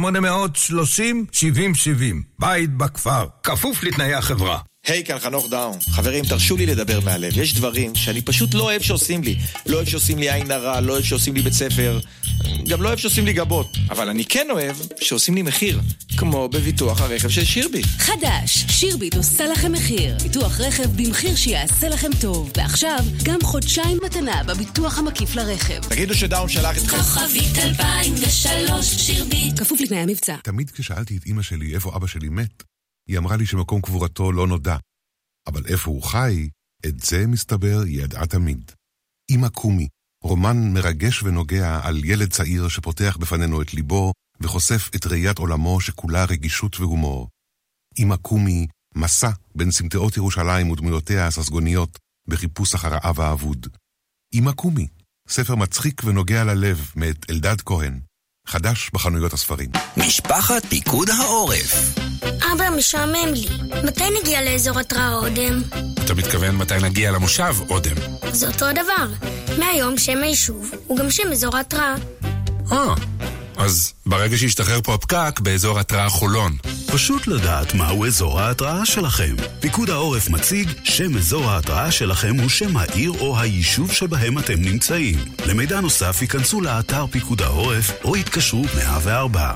בית בכפר, כפוף לתנאי החברה. היי, כאן חנוך דאון. חברים, תרשו לי לדבר מהלב. יש דברים שאני פשוט לא אוהב שעושים לי. לא אוהב שעושים לי עין הרע, לא אוהב שעושים לי בית ספר, גם לא אוהב שעושים לי גבות. אבל אני כן אוהב שעושים לי מחיר, כמו בביטוח הרכב של שירביט. חדש, שירביט עושה לכם מחיר. ביטוח רכב במחיר שיעשה לכם טוב. ועכשיו, גם חודשיים מתנה בביטוח המקיף לרכב. תגידו שדאון שלח אתכם. כוכבית 2003 שירביט. כפוף לתנאי המבצע. תמיד כששאלתי את אמא שלי איפה אבא שלי מת, היא אמרה לי שמקום קבורתו לא נודע. אבל איפה הוא חי, את זה מסתבר ידעה תמיד. אמא קומי, רומן מרגש ונוגע על ילד צעיר שפותח בפנינו את ליבו וחושף את ראיית עולמו שכולה רגישות והומור. אמא קומי, מסע בין סמטאות ירושלים ודמויותיה הססגוניות בחיפוש אחר האב האבוד. אמא קומי, ספר מצחיק ונוגע ללב מאת אלדד כהן. חדש בחנויות הספרים. משפחת פיקוד העורף. אבא, משעמם לי. מתי נגיע לאזור התראה אודם? אתה מתכוון מתי נגיע למושב אודם? זה אותו דבר. מהיום שם היישוב הוא גם שם אזור התראה. אז ברגע שישתחרר פה הפקק באזור התראה חולון. פשוט לדעת מהו אזור ההתראה שלכם. פיקוד העורף מציג שם אזור ההתראה שלכם הוא שם העיר או היישוב שבהם אתם נמצאים. למידע נוסף ייכנסו לאתר פיקוד העורף או יתקשרו 104.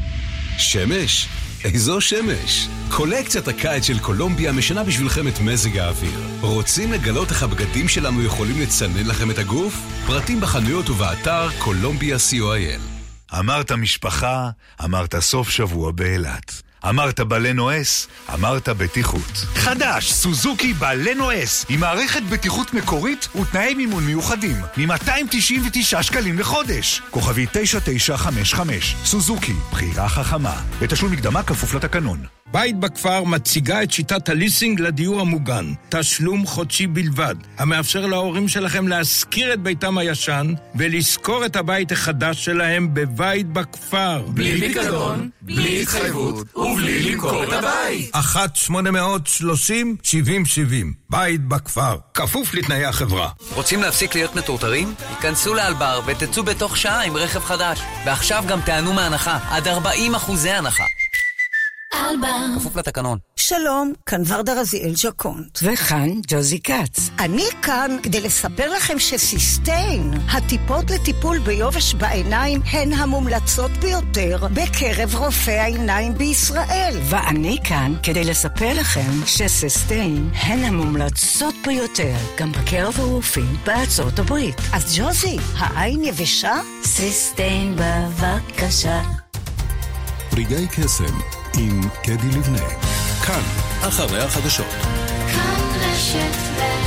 שמש? איזו שמש? קולקציית הקיץ של קולומביה משנה בשבילכם את מזג האוויר. רוצים לגלות איך הבגדים שלנו יכולים לצנן לכם את הגוף? פרטים בחנויות ובאתר קולומביה co.il. אמרת משפחה, אמרת סוף שבוע באילת. אמרת בלנו אס, אמרת בטיחות. חדש, סוזוקי בלנו אס, עם מערכת בטיחות מקורית ותנאי מימון מיוחדים, מ-299 שקלים לחודש. כוכבי 9955, סוזוקי, בחירה חכמה. ותשלום מקדמה כפוף לתקנון. בית בכפר מציגה את שיטת הליסינג לדיור המוגן, תשלום חודשי בלבד, המאפשר להורים שלכם להשכיר את ביתם הישן ולזכור את הבית החדש שלהם בבית בכפר. בלי פיקדון, בלי התחייבות ובלי למכור את הבית. 1-830-7070 בית בכפר, כפוף לתנאי החברה. רוצים להפסיק להיות מטורטרים? היכנסו לאלבר ותצאו בתוך שעה עם רכב חדש. ועכשיו גם תענו מהנחה, עד 40% הנחה. אלבר. כפוף לתקנון. שלום, כאן ורדה רזיאל ג'קונט. וכאן ג'וזי קץ. אני כאן כדי לספר לכם שסיסטיין, הטיפות לטיפול ביובש בעיניים, הן המומלצות ביותר בקרב רופאי העיניים בישראל. ואני כאן כדי לספר לכם שסיסטיין הן המומלצות ביותר גם בקרב הרופאים בארצות הברית. אז ג'וזי, העין יבשה? סיסטיין בבקשה. רגעי קסם עם קדי לבנה. כאן, אחרי החדשות. כאן רשת